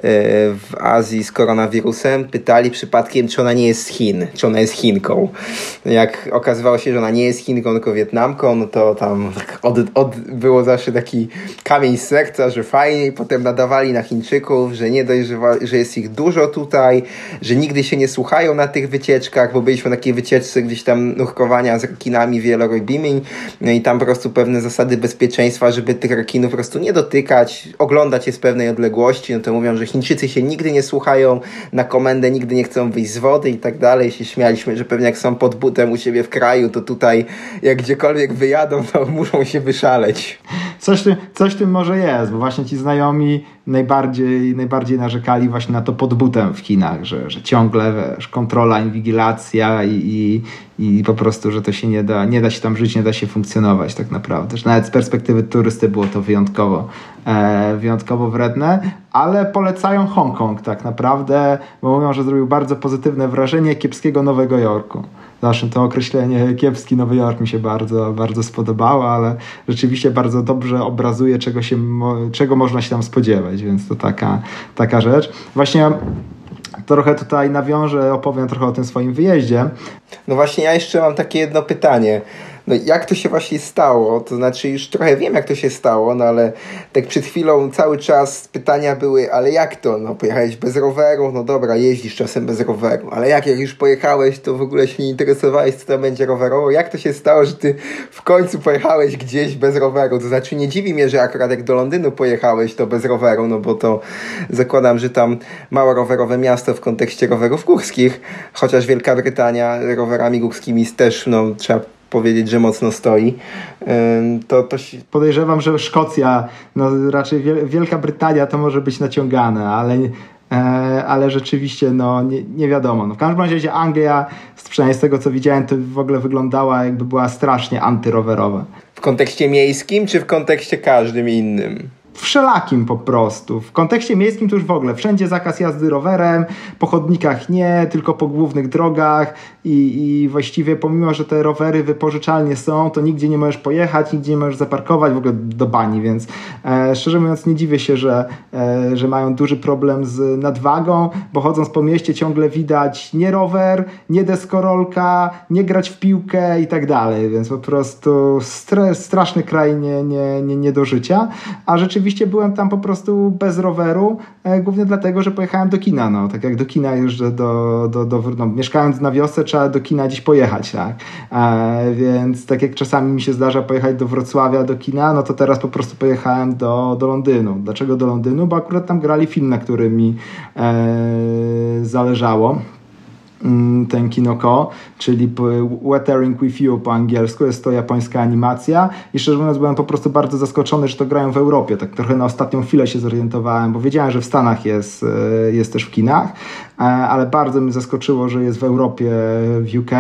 w Azji z koronawirusem pytali przypadkiem, czy ona nie jest z Chin, czy ona jest Chinką. No jak okazywało się, że ona nie jest Chinką, tylko Wietnamką, no to tam od, od, było zawsze taki kamień z serca, że fajnie, i potem nadawali na Chińczyków, że nie dość, że, że jest ich dużo tutaj, że nigdy się nie słuchają na tych wycieczkach, bo byliśmy na takiej wycieczce gdzieś tam nurkowania z rekinami wielorybimi, no i tam po prostu pewne zasady bezpieczeństwa, żeby tych rekinów po prostu nie dotykać, oglądać je z pewnej odległości, no to mówią, że Chińczycy się nigdy nie słuchają na komendę, nigdy nie chcą wyjść z wody i tak dalej. Się śmialiśmy, że pewnie jak są pod butem u siebie w kraju, to tutaj jak gdziekolwiek wyjadą, to muszą się wyszaleć. coś, coś w tym może jest, bo właśnie ci znajomi najbardziej, najbardziej narzekali właśnie na to pod butem w Chinach, że, że ciągle wiesz, kontrola, inwigilacja i, i, i po prostu, że to się nie da, nie da się tam żyć, nie da się funkcjonować tak naprawdę. Że nawet z perspektywy turysty było to wyjątkowo, e, wyjątkowo wredne, ale polecają Hongkong tak naprawdę, bo mówią, że zrobił bardzo pozytywne wrażenie kiepskiego Nowego Jorku. Zawsze to określenie kiepski Nowy Jork mi się bardzo, bardzo spodobało, ale rzeczywiście bardzo dobrze obrazuje, czego, się, czego można się tam spodziewać, więc to taka, taka rzecz. Właśnie trochę tutaj nawiążę, opowiem trochę o tym swoim wyjeździe. No właśnie, ja jeszcze mam takie jedno pytanie. No jak to się właśnie stało? To znaczy już trochę wiem, jak to się stało, no ale tak przed chwilą cały czas pytania były, ale jak to? No pojechałeś bez roweru? No dobra, jeździsz czasem bez roweru, ale jak, jak już pojechałeś, to w ogóle się nie interesowałeś, co tam będzie rowerowo? Jak to się stało, że ty w końcu pojechałeś gdzieś bez roweru? To znaczy nie dziwi mnie, że akurat jak do Londynu pojechałeś, to bez roweru, no bo to zakładam, że tam mało rowerowe miasto w kontekście rowerów górskich, chociaż Wielka Brytania rowerami górskimi też, no trzeba powiedzieć, że mocno stoi, to, to się... Podejrzewam, że Szkocja, no raczej Wielka Brytania to może być naciągane, ale, ale rzeczywiście no nie, nie wiadomo. No, w każdym razie Anglia, przynajmniej z tego co widziałem, to w ogóle wyglądała jakby była strasznie antyrowerowa. W kontekście miejskim czy w kontekście każdym innym? Wszelakim po prostu. W kontekście miejskim to już w ogóle wszędzie zakaz jazdy rowerem, po chodnikach nie, tylko po głównych drogach i, i właściwie pomimo, że te rowery wypożyczalnie są, to nigdzie nie możesz pojechać, nigdzie nie możesz zaparkować, w ogóle do bani, więc e, szczerze mówiąc nie dziwię się, że, e, że mają duży problem z nadwagą, bo chodząc po mieście ciągle widać nie rower, nie deskorolka, nie grać w piłkę i tak dalej, więc po prostu stres, straszny kraj nie, nie, nie, nie do życia, a rzeczywiście Oczywiście byłem tam po prostu bez roweru, e, głównie dlatego, że pojechałem do kina. No. Tak jak do kina jeżdżę, do, do, do, no, mieszkając na wiosce, trzeba do kina gdzieś pojechać. Tak? E, więc tak jak czasami mi się zdarza pojechać do Wrocławia, do kina, no to teraz po prostu pojechałem do, do Londynu. Dlaczego do Londynu? Bo akurat tam grali film, na który mi e, zależało. Ten Kinoko, czyli Weathering with You po angielsku, jest to japońska animacja i szczerze mówiąc byłem po prostu bardzo zaskoczony, że to grają w Europie, tak trochę na ostatnią chwilę się zorientowałem, bo wiedziałem, że w Stanach jest, jest też w kinach, ale bardzo mnie zaskoczyło, że jest w Europie, w U K.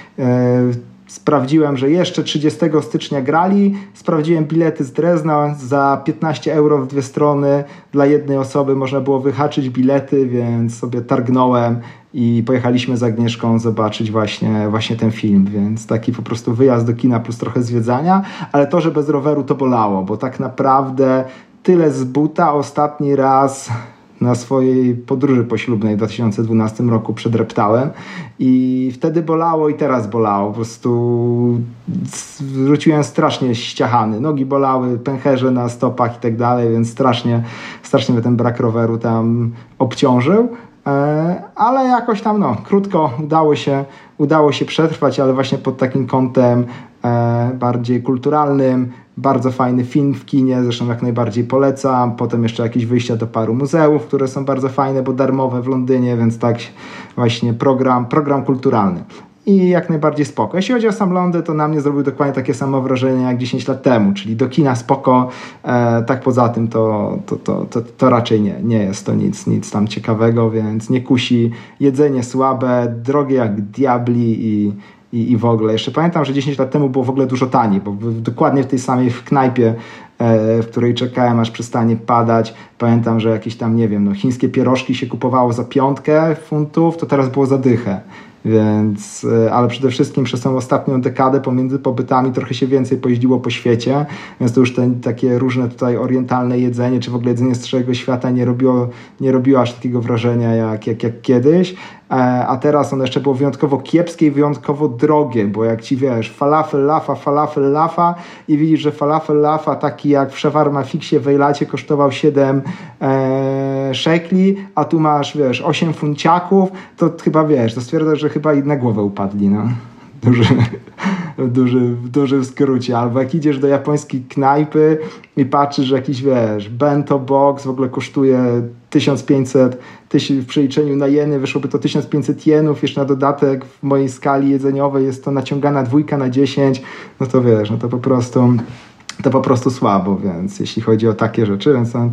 Sprawdziłem, że jeszcze trzydziestego stycznia grali, sprawdziłem bilety z Drezna za piętnaście euro w dwie strony, dla jednej osoby można było wyhaczyć bilety, więc sobie targnąłem i pojechaliśmy z Agnieszką zobaczyć właśnie, właśnie ten film, więc taki po prostu wyjazd do kina plus trochę zwiedzania, ale to, że bez roweru to bolało, bo tak naprawdę tyle z buta ostatni raz na swojej podróży poślubnej w dwa tysiące dwunastym roku przedreptałem i wtedy bolało i teraz bolało. Po prostu wróciłem strasznie ściachany. Nogi bolały, pęcherze na stopach i tak dalej, więc strasznie, strasznie mnie ten brak roweru tam obciążył. Ale jakoś tam, no, krótko udało się, udało się przetrwać, ale właśnie pod takim kątem e, bardziej kulturalnym. Bardzo fajny film w kinie, zresztą jak najbardziej polecam. Potem jeszcze jakieś wyjścia do paru muzeów, które są bardzo fajne, bo darmowe w Londynie, więc tak właśnie program, program kulturalny. I jak najbardziej spoko. Jeśli chodzi o sam Londyn, to na mnie zrobił dokładnie takie samo wrażenie jak dziesięć lat temu, czyli do kina spoko, e, tak poza tym to, to, to, to, to raczej nie, nie jest to nic, nic tam ciekawego, więc nie kusi, jedzenie słabe, drogie jak diabli i I, i w ogóle. Jeszcze pamiętam, że dziesięć lat temu było w ogóle dużo taniej, bo dokładnie w tej samej w knajpie, e, w której czekałem, aż przestanie padać, pamiętam, że jakieś tam, nie wiem, no, chińskie pierożki się kupowało za piątkę funtów, to teraz było za dychę. Więc, ale przede wszystkim przez tą ostatnią dekadę pomiędzy pobytami trochę się więcej pojeździło po świecie, więc to już te, takie różne tutaj orientalne jedzenie, czy w ogóle jedzenie z całego świata nie robiło, nie robiło aż takiego wrażenia jak, jak, jak kiedyś, a teraz ono jeszcze było wyjątkowo kiepskie i wyjątkowo drogie, bo jak ci wiesz, falafel lafa, falafel lafa i widzisz, że falafel lafa taki jak w Shawarma Fixie w Ejlacie kosztował siedem e, szekli, a tu masz, wiesz, osiem funciaków, to chyba wiesz, to stwierdzasz, że chyba i na głowę upadli, no. Duży, duży, w dużym skrócie. Albo jak idziesz do japońskiej knajpy i patrzysz, że jakiś, wiesz, bento box w ogóle kosztuje tysiąc pięćset, w przeliczeniu na jeny wyszłoby to tysiąc pięćset jenów, jeszcze na dodatek w mojej skali jedzeniowej jest to naciągana dwójka na dziesięć, no to wiesz, no to po prostu to po prostu słabo, więc jeśli chodzi o takie rzeczy, więc ten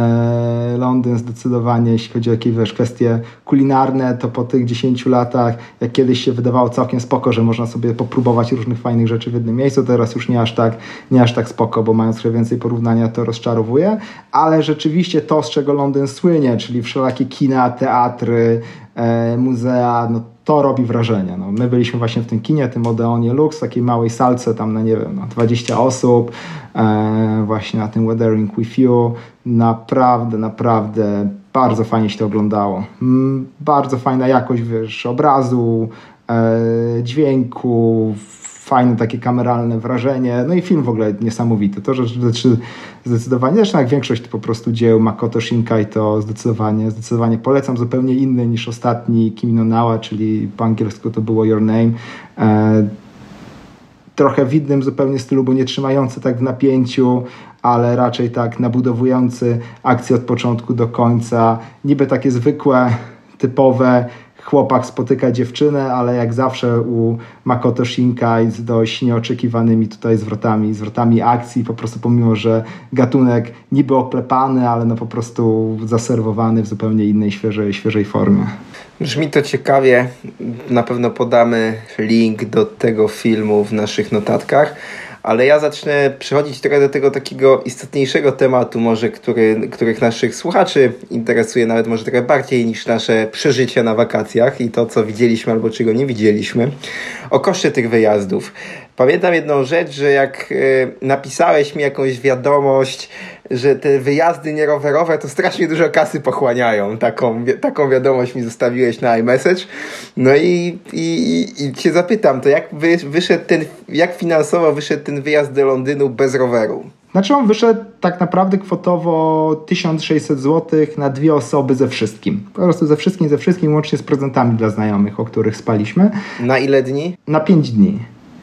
e, Londyn zdecydowanie, jeśli chodzi o jakieś wiesz, kwestie kulinarne, to po tych dziesięciu latach, jak kiedyś się wydawało całkiem spoko, że można sobie popróbować różnych fajnych rzeczy w jednym miejscu, teraz już nie aż tak, nie aż tak spoko, bo mając trochę więcej porównania, to rozczarowuje, ale rzeczywiście to, z czego Londyn słynie, czyli wszelakie kina, teatry, e, muzea, no to robi wrażenie. No, my byliśmy właśnie w tym kinie, tym Odeonie Lux, takiej małej salce, tam na nie wiem, no, dwadzieścia osób, e, właśnie na tym Weathering With You. Naprawdę, naprawdę bardzo fajnie się to oglądało. Mm, bardzo fajna jakość, wiesz, obrazu, e, dźwięku, fajne takie kameralne wrażenie, no i film w ogóle niesamowity. To, że zdecydowanie, zresztą jak większość po prostu dzieł Makoto Shinkai, to zdecydowanie, zdecydowanie polecam, zupełnie inny niż ostatni Kimi no Na wa, czyli po angielsku to było Your Name. E, trochę w innym zupełnie stylu, bo nie trzymający tak w napięciu, ale raczej tak nabudowujący akcję od początku do końca. Niby takie zwykłe, typowe, chłopak spotyka dziewczynę, ale jak zawsze u Makoto Shinkai z dość nieoczekiwanymi tutaj zwrotami, zwrotami akcji, po prostu pomimo, że gatunek niby oklepany, ale no po prostu zaserwowany w zupełnie innej, świeżej, świeżej formie. Brzmi to ciekawie. Na pewno podamy link do tego filmu w naszych notatkach. Ale ja zacznę przechodzić trochę do tego takiego istotniejszego tematu, może który, których naszych słuchaczy interesuje nawet może trochę bardziej niż nasze przeżycia na wakacjach i to, co widzieliśmy albo czego nie widzieliśmy. O koszcie tych wyjazdów. Pamiętam jedną rzecz, że jak y, napisałeś mi jakąś wiadomość, że te wyjazdy nierowerowe to strasznie dużo kasy pochłaniają. Taką, wi- taką wiadomość mi zostawiłeś na iMessage. No i, i, i cię zapytam, to jak wy, wyszedł ten, jak finansowo wyszedł ten wyjazd do Londynu bez roweru? Znaczy on wyszedł tak naprawdę kwotowo tysiąc sześćset złotych na dwie osoby ze wszystkim. Po prostu ze wszystkim, ze wszystkim, łącznie z prezentami dla znajomych, o których spaliśmy. Na ile dni? Na pięć dni.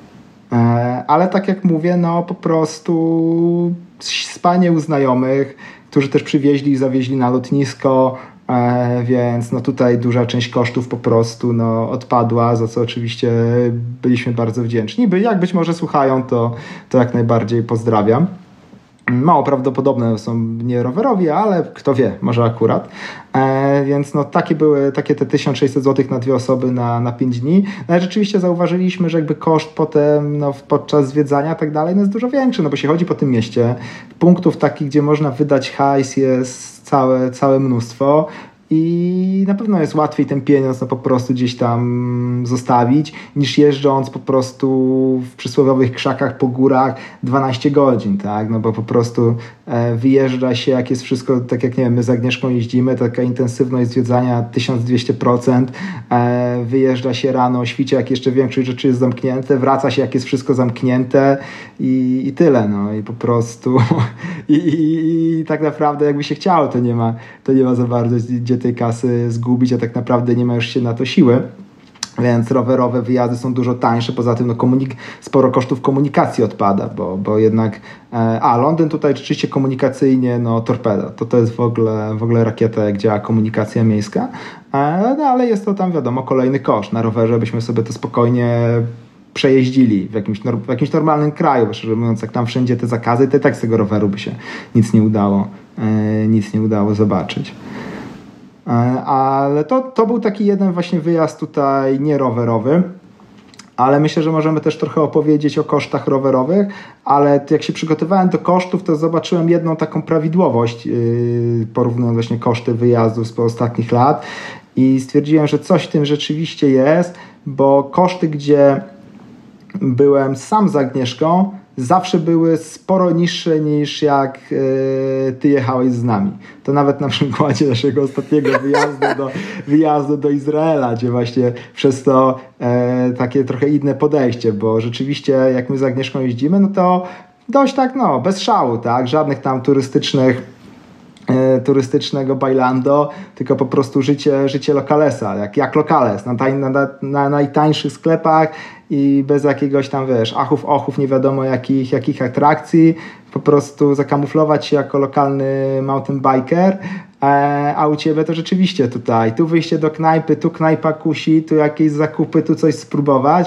Ale tak jak mówię, no po prostu spanie u znajomych, którzy też przywieźli i zawieźli na lotnisko, więc no tutaj duża część kosztów po prostu no odpadła, za co oczywiście byliśmy bardzo wdzięczni. By jak być może słuchają, to, to jak najbardziej pozdrawiam. Mało prawdopodobne są nie rowerowi, ale kto wie, może akurat. E, więc no takie były, takie te tysiąc sześćset złotych na dwie osoby na, na pięć dni. No ale rzeczywiście zauważyliśmy, że jakby koszt potem no, podczas zwiedzania i tak dalej no jest dużo większy, no bo się chodzi po tym mieście. Punktów takich, gdzie można wydać hajs jest całe, całe mnóstwo. I na pewno jest łatwiej ten pieniądz no, po prostu gdzieś tam zostawić, niż jeżdżąc po prostu w przysłowiowych krzakach po górach dwanaście godzin, tak? No bo po prostu e, wyjeżdża się, jak jest wszystko, tak jak nie wiem, my z Agnieszką jeździmy, taka intensywność zwiedzania tysiąc dwieście procent, e, wyjeżdża się rano o świcie, jak jeszcze większość rzeczy jest zamknięte, wraca się, jak jest wszystko zamknięte i, i tyle, no i po prostu i, i, i tak naprawdę jakby się chciało, to nie ma, to nie ma za bardzo gdzie tej kasy zgubić, a tak naprawdę nie ma już się na to siły. Więc rowerowe wyjazdy są dużo tańsze, poza tym no komunik- sporo kosztów komunikacji odpada, bo, bo jednak e, a Londyn tutaj rzeczywiście komunikacyjnie no torpeda, to to jest w ogóle, w ogóle rakieta, jak działa komunikacja miejska, e, no ale jest to tam wiadomo kolejny koszt. Na rowerze byśmy sobie to spokojnie przejeździli w jakimś, w jakimś normalnym kraju, szczerze mówiąc, jak tam wszędzie te zakazy, to i tak z tego roweru by się nic nie udało, e, nic nie udało zobaczyć. Ale to, to był taki jeden właśnie wyjazd tutaj nierowerowy, ale myślę, że możemy też trochę opowiedzieć o kosztach rowerowych, ale jak się przygotowałem do kosztów, to zobaczyłem jedną taką prawidłowość, yy, porównując właśnie koszty wyjazdów z ostatnich lat i stwierdziłem, że coś w tym rzeczywiście jest, bo koszty, gdzie byłem sam z Agnieszką, zawsze były sporo niższe niż jak yy, ty jechałeś z nami. To nawet na przykładzie naszego ostatniego wyjazdu do, wyjazdu do Izraela, gdzie właśnie przez to e, takie trochę inne podejście, bo rzeczywiście jak my z Agnieszką jeździmy, no to dość tak no, bez szału, tak? Żadnych tam turystycznych turystycznego bailando, tylko po prostu życie, życie lokalesa, jak, jak lokales, na, tań, na, na najtańszych sklepach i bez jakiegoś tam, wiesz, achów, ochów, nie wiadomo jakich, jakich atrakcji, po prostu zakamuflować się jako lokalny mountain biker, a u ciebie to rzeczywiście tutaj, tu wyjście do knajpy, tu knajpa kusi, tu jakieś zakupy, tu coś spróbować,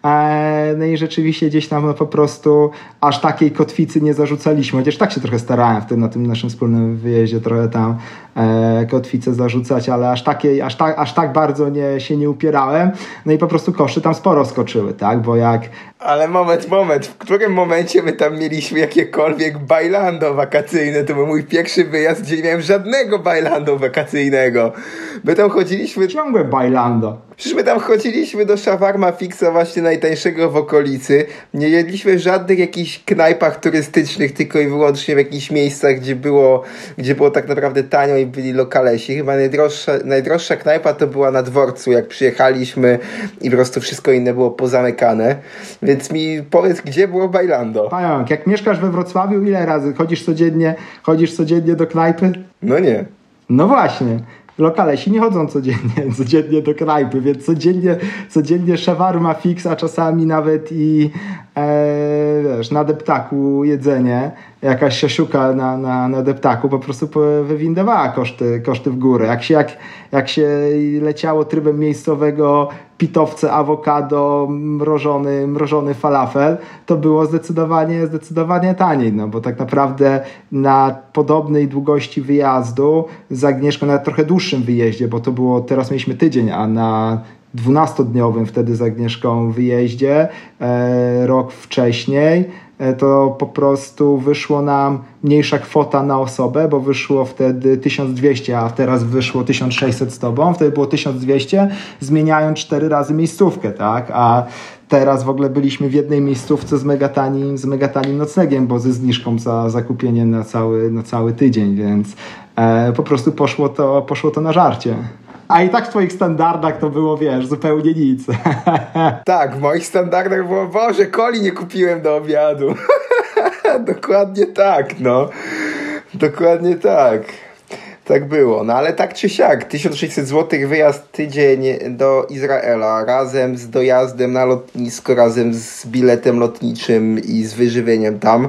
E, no i rzeczywiście gdzieś tam no, po prostu aż takiej kotwicy nie zarzucaliśmy, chociaż tak się trochę starałem w tym, na tym naszym wspólnym wyjeździe trochę tam e, kotwicę zarzucać, ale aż, takiej, aż, tak, aż tak bardzo nie, się nie upierałem. No i po prostu koszty tam sporo skoczyły, tak, bo jak... Ale moment, moment, w którym momencie my tam mieliśmy jakiekolwiek bailando wakacyjne? To był mój pierwszy wyjazd, gdzie nie miałem żadnego bailando wakacyjnego. My tam chodziliśmy... Ciągłe bailando. Przecież my tam chodziliśmy do Shawarma Fixa właśnie najtańszego w okolicy. Nie jedliśmy w żadnych jakichś knajpach turystycznych, tylko i wyłącznie w jakichś miejscach, gdzie było, gdzie było tak naprawdę tanio i byli lokalesi. Chyba najdroższa, najdroższa knajpa to była na dworcu, jak przyjechaliśmy i po prostu wszystko inne było pozamykane. Więc mi powiedz, gdzie było bailando? Pająk, jak mieszkasz we Wrocławiu, ile razy chodzisz codziennie, chodzisz codziennie do knajpy? No nie. No właśnie. Lokalesi nie chodzą codziennie, codziennie do knajpy, więc codziennie, codziennie shawarma fix, a czasami nawet i e, wiesz, na deptaku jedzenie, jakaś siasiuka na, na, na deptaku po prostu wywindowała koszty, koszty w górę. Jak się, jak, jak się leciało trybem miejscowego pitowce, awokado, mrożony, mrożony falafel, to było zdecydowanie, zdecydowanie taniej, no bo tak naprawdę na podobnej długości wyjazdu z Agnieszką, nawet trochę dłuższym wyjeździe, bo to było, teraz mieliśmy tydzień, a na dwunastodniowym wtedy z Agnieszką wyjeździe, e, rok wcześniej, e, to po prostu wyszło nam mniejsza kwota na osobę, bo wyszło wtedy tysiąc dwieście, a teraz wyszło tysiąc sześćset z tobą, wtedy było tysiąc dwieście, zmieniając cztery razy miejscówkę, tak, a teraz w ogóle byliśmy w jednej miejscówce z mega tanim, z mega tanim noclegiem, bo ze zniżką za zakupienie na cały, na cały tydzień, więc e, po prostu poszło to, poszło to na żarcie. A i tak w twoich standardach to było, wiesz, zupełnie nic. Tak, w moich standardach było, Boże, coli nie kupiłem do obiadu. Dokładnie tak, no. Dokładnie tak. Tak było, no ale tak czy siak, tysiąc sześćset złotych wyjazd tydzień do Izraela, razem z dojazdem na lotnisko, razem z biletem lotniczym i z wyżywieniem tam.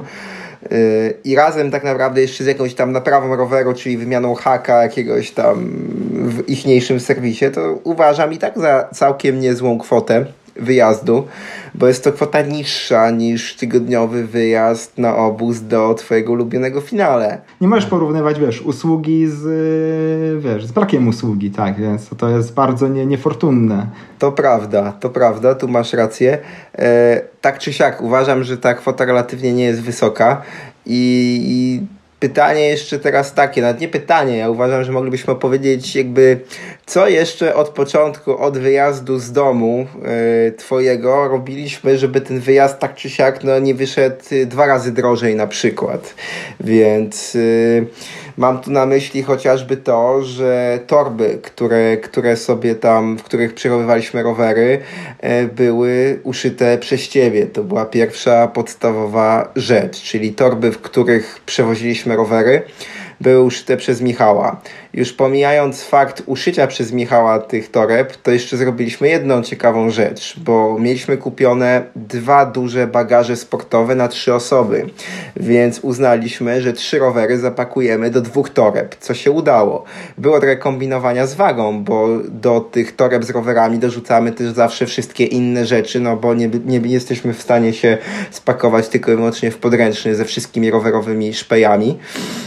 I razem tak naprawdę jeszcze z jakąś tam naprawą roweru, czyli wymianą haka jakiegoś tam w ichniejszym serwisie, to uważam i tak za całkiem niezłą kwotę wyjazdu, bo jest to kwota niższa niż tygodniowy wyjazd na obóz do twojego ulubionego finale. Nie możesz porównywać, wiesz, usługi z, wiesz, z brakiem usługi, tak, więc to jest bardzo nie, niefortunne. To prawda, to prawda, tu masz rację. E, tak czy siak, uważam, że ta kwota relatywnie nie jest wysoka i, i pytanie jeszcze teraz takie, nawet nie pytanie, ja uważam, że moglibyśmy opowiedzieć jakby co jeszcze od początku, od wyjazdu z domu yy, twojego robiliśmy, żeby ten wyjazd tak czy siak no, nie wyszedł dwa razy drożej na przykład. Więc yy, mam tu na myśli chociażby to, że torby, które, które sobie tam, w których przechowywaliśmy rowery, yy, były uszyte przez ciebie. To była pierwsza podstawowa rzecz, czyli torby, w których przewoziliśmy rowery, były uszyte przez Michała. Już pomijając fakt uszycia przez Michała tych toreb, to jeszcze zrobiliśmy jedną ciekawą rzecz, bo mieliśmy kupione dwa duże bagaże sportowe na trzy osoby, więc uznaliśmy, że trzy rowery zapakujemy do dwóch toreb, co się udało. Było trochę kombinowania z wagą, bo do tych toreb z rowerami dorzucamy też zawsze wszystkie inne rzeczy, no bo nie, nie jesteśmy w stanie się spakować tylko i wyłącznie w podręczny ze wszystkimi rowerowymi szpejami.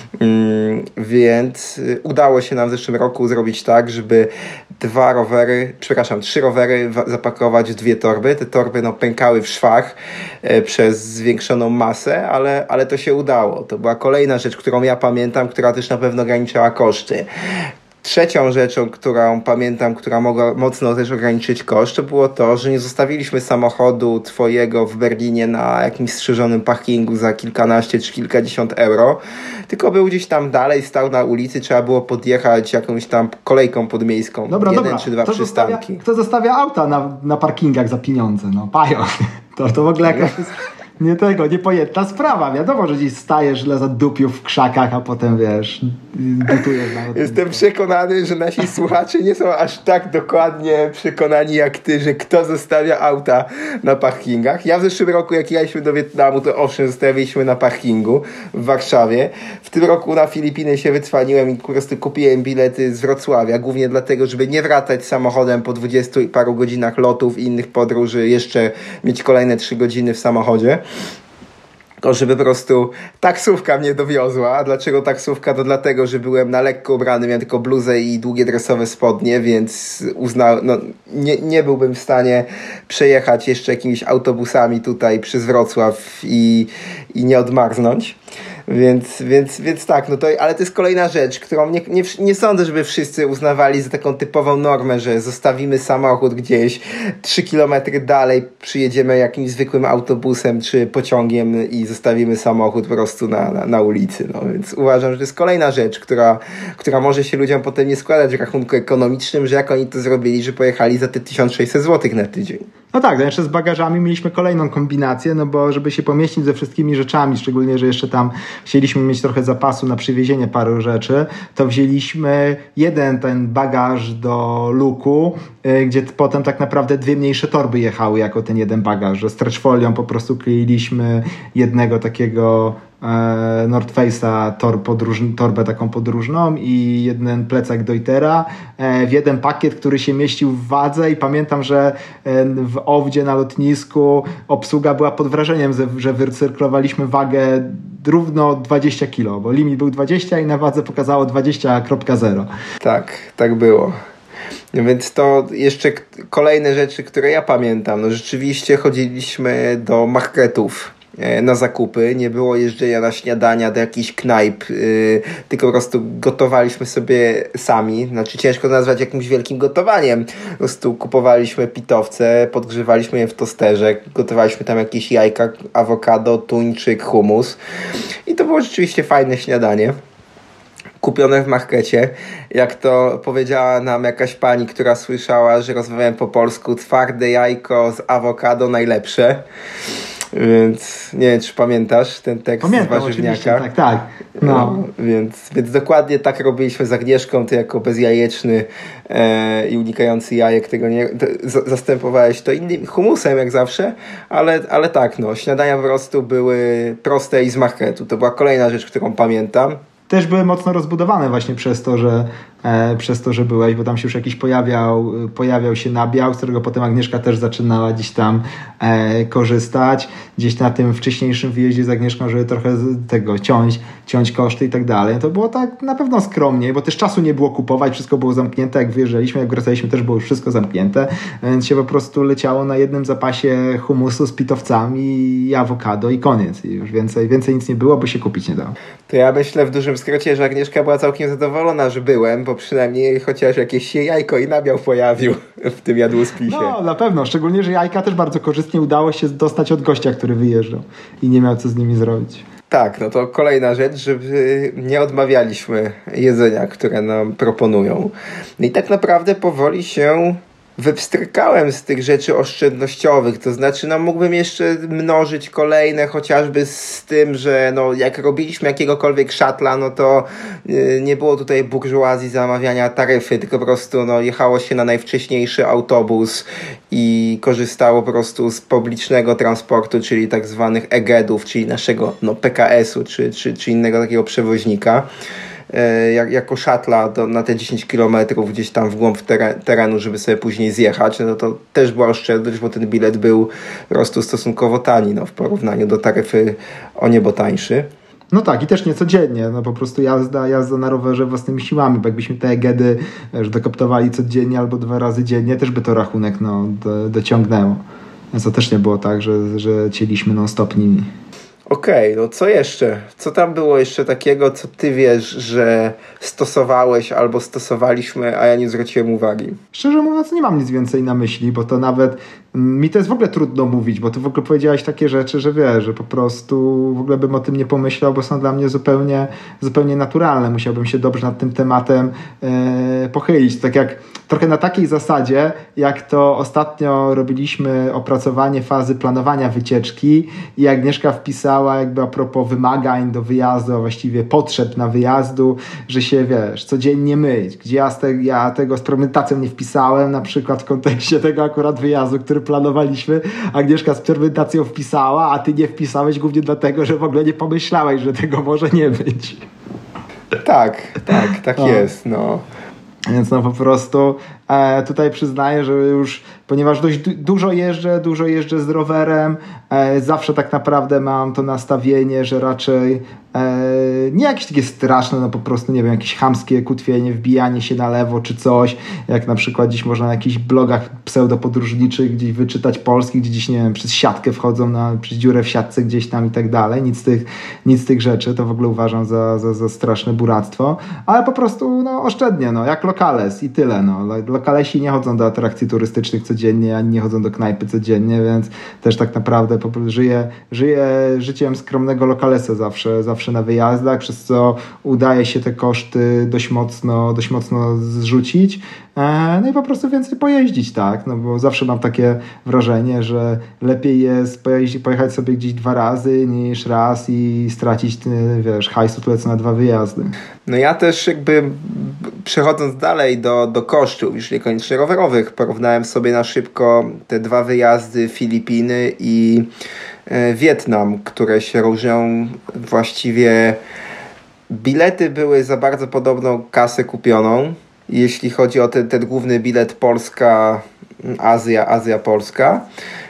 Mm, więc udało się nam w zeszłym roku zrobić tak, żeby dwa rowery, przepraszam, trzy rowery w- zapakować w dwie torby. Te torby no, pękały w szwach e, przez zwiększoną masę, ale, ale to się udało. To była kolejna rzecz, którą ja pamiętam, która też na pewno ograniczała koszty. Trzecią rzeczą, którą pamiętam, która mogła mocno też ograniczyć koszt, to było to, że nie zostawiliśmy samochodu twojego w Berlinie na jakimś strzeżonym parkingu za kilkanaście czy kilkadziesiąt euro, tylko był gdzieś tam dalej, stał na ulicy, trzeba było podjechać jakąś tam kolejką podmiejską, Dobra, jeden dobra. czy dwa Kto przystanki. Zostawia, kto zostawia auta na, na parkingach za pieniądze? No, pajo. To, to w ogóle jakaś jest, nie tego, niepojęta sprawa. Wiadomo, że gdzieś stajesz dla zadupiów w krzakach, a potem wiesz, butujesz na lotnisku. Jestem przekonany, że nasi słuchacze nie są aż tak dokładnie przekonani jak ty, że kto zostawia auta na parkingach. Ja w zeszłym roku, jak jechaliśmy do Wietnamu, to owszem, zostawiliśmy na parkingu w Warszawie. W tym roku na Filipiny się wycwaniłem i po prostu kupiłem bilety z Wrocławia, głównie dlatego, żeby nie wracać samochodem po dwudziestu paru godzinach lotów i innych podróży, jeszcze mieć kolejne trzy godziny w samochodzie. Tylko żeby po prostu taksówka mnie dowiozła. A dlaczego taksówka? To dlatego, że byłem na lekko ubrany, miałem tylko bluzę i długie dresowe spodnie, więc uznał, no, nie, nie byłbym w stanie przejechać jeszcze jakimiś autobusami tutaj przez Wrocław i, i nie odmarznąć. Więc, więc, więc tak, no to, ale to jest kolejna rzecz, którą nie, nie, nie sądzę, żeby wszyscy uznawali za taką typową normę, że zostawimy samochód gdzieś trzy kilometry dalej, przyjedziemy jakimś zwykłym autobusem czy pociągiem i zostawimy samochód po prostu na, na, na ulicy. No, więc uważam, że to jest kolejna rzecz, która, która może się ludziom potem nie składać w rachunku ekonomicznym, że jak oni to zrobili, że pojechali za te tysiąc sześćset złotych na tydzień. No tak, no jeszcze z bagażami mieliśmy kolejną kombinację, no bo żeby się pomieścić ze wszystkimi rzeczami, szczególnie, że jeszcze tam chcieliśmy mieć trochę zapasu na przywiezienie paru rzeczy, to wzięliśmy jeden ten bagaż do luku, yy, gdzie potem tak naprawdę dwie mniejsze torby jechały jako ten jeden bagaż, że stretch folią po prostu kleiliśmy jednego takiego North Face'a tor, podróż, torbę taką podróżną i jeden plecak Deutera w jeden pakiet, który się mieścił w wadze i pamiętam, że w Owdzie na lotnisku obsługa była pod wrażeniem, że wycyrklowaliśmy wagę równo dwadzieścia kilo, bo limit był dwadzieścia i na wadze pokazało dwadzieścia przecinek zero. Tak, tak było. Więc to jeszcze kolejne rzeczy, które ja pamiętam. No rzeczywiście chodziliśmy do marketów na zakupy, nie było jeżdżenia na śniadania do jakichś knajp, yy, tylko po prostu gotowaliśmy sobie sami, znaczy ciężko to nazwać jakimś wielkim gotowaniem, po prostu kupowaliśmy pitowce, podgrzewaliśmy je w tosterze, gotowaliśmy tam jakieś jajka, awokado, tuńczyk, hummus i to było rzeczywiście fajne śniadanie. Kupione w markecie, jak to powiedziała nam jakaś pani, która słyszała, że rozmawiałem po polsku, twarde jajko z awokado najlepsze. Więc nie wiem, czy pamiętasz ten tekst Pamiętam, z warzywniaka. Tak, tak. No. No, więc, więc dokładnie tak robiliśmy z Agnieszką, ty jako bezjajeczny e, i unikający jajek tego nie to, z, zastępowałeś to innym humusem jak zawsze, ale, ale tak, no, śniadania po prostu były proste i z marketu. To była kolejna rzecz, którą pamiętam. Też były mocno rozbudowane właśnie przez to, że e, przez to, że byłeś, bo tam się już jakiś pojawiał, pojawiał się nabiał, z którego potem Agnieszka też zaczynała gdzieś tam e, korzystać. Gdzieś na tym wcześniejszym wyjeździe z Agnieszką, żeby trochę tego ciąć, ciąć koszty i tak dalej. To było tak na pewno skromnie, bo też czasu nie było kupować, wszystko było zamknięte, jak wyjeżdżaliśmy, jak wracaliśmy, też było już wszystko zamknięte, więc się po prostu leciało na jednym zapasie humusu z pitowcami i awokado i koniec. I już więcej, więcej nic nie było, bo się kupić nie dało. To ja myślę w dużym skrócie, że Agnieszka była całkiem zadowolona, że byłem, bo przynajmniej chociaż jakieś się jajko i nabiał pojawił w tym jadłospisie. No, na pewno. Szczególnie, że jajka też bardzo korzystnie udało się dostać od gościa, który wyjeżdżał i nie miał co z nimi zrobić. Tak, no to kolejna rzecz, żeby nie odmawialiśmy jedzenia, które nam proponują. No i tak naprawdę powoli się wypstrykałem z tych rzeczy oszczędnościowych, to znaczy no mógłbym jeszcze mnożyć kolejne, chociażby z tym, że no jak robiliśmy jakiegokolwiek szatla, no to yy, nie było tutaj burżuazji zamawiania taryfy, tylko po prostu no jechało się na najwcześniejszy autobus i korzystało po prostu z publicznego transportu, czyli tak zwanych egedów, czyli naszego no P K S-u, czy, czy, czy innego takiego przewoźnika. Jak, jako szatla do, na te dziesięć kilometrów gdzieś tam w głąb teren, terenu, żeby sobie później zjechać, no to też była oszczędność, bo ten bilet był po prostu stosunkowo tani, no, w porównaniu do taryfy o niebo tańszy. No tak, i też nie codziennie, no po prostu jazda, jazda na rowerze własnymi siłami, bo jakbyśmy te egedy że dokoptowali codziennie albo dwa razy dziennie, też by to rachunek no, do, dociągnęło. Więc to też nie było tak, że, że cieliśmy non-stop nimi. Okej, okay, no co jeszcze? Co tam było jeszcze takiego, co ty wiesz, że stosowałeś albo stosowaliśmy, a ja nie zwróciłem uwagi? Szczerze mówiąc, nie mam nic więcej na myśli, bo to nawet mi to jest w ogóle trudno mówić, bo ty w ogóle powiedziałeś takie rzeczy, że wiesz, że po prostu w ogóle bym o tym nie pomyślał, bo są dla mnie zupełnie, zupełnie naturalne. Musiałbym się dobrze nad tym tematem e, pochylić. Tak jak trochę na takiej zasadzie, jak to ostatnio robiliśmy opracowanie fazy planowania wycieczki i Agnieszka wpisała jakby a propos wymagań do wyjazdu, a właściwie potrzeb na wyjazdu, że się, wiesz, codziennie myć. Gdzie ja, z te, ja tego z premedytacją nie wpisałem, na przykład w kontekście tego akurat wyjazdu, który planowaliśmy. Agnieszka z premedytacją wpisała, a ty nie wpisałeś głównie dlatego, że w ogóle nie pomyślałeś, że tego może nie być. Tak, tak, tak no. jest, no. Więc no po prostu e, tutaj przyznaję, że już, ponieważ dość du- dużo jeżdżę, dużo jeżdżę z rowerem, e, zawsze tak naprawdę mam to nastawienie, że raczej e, nie jakieś takie straszne, no po prostu, nie wiem, jakieś chamskie kutwienie, wbijanie się na lewo czy coś, jak na przykład dziś można na jakichś blogach pseudopodróżniczych gdzieś wyczytać polskich, gdzie gdzieś, nie wiem, przez siatkę wchodzą, na, przez dziurę w siatce gdzieś tam i tak dalej. Nic z tych, nic z tych rzeczy, to w ogóle uważam za, za, za straszne buractwo, ale po prostu no, oszczędnie, no, jak lokales i tyle. No. Lokalesi nie chodzą do atrakcji turystycznych codziennie, ani nie chodzą do knajpy codziennie, więc też tak naprawdę po prostu żyję, żyję życiem skromnego lokalesa zawsze, zawsze na wyjazdach, przez co udaje się te koszty dość mocno, dość mocno zrzucić. No i po prostu więcej pojeździć, tak, no bo zawsze mam takie wrażenie, że lepiej jest pojeździć, pojechać sobie gdzieś dwa razy niż raz i stracić, wiesz, hajsu tyle co na dwa wyjazdy. No ja też jakby przechodząc dalej do, do kosztów, już niekoniecznie rowerowych, porównałem sobie na szybko te dwa wyjazdy Filipiny i Wietnam, które się różnią właściwie. Bilety były za bardzo podobną kasę kupioną. Jeśli chodzi o ten, ten główny bilet Polska, Azja, Azja, Polska.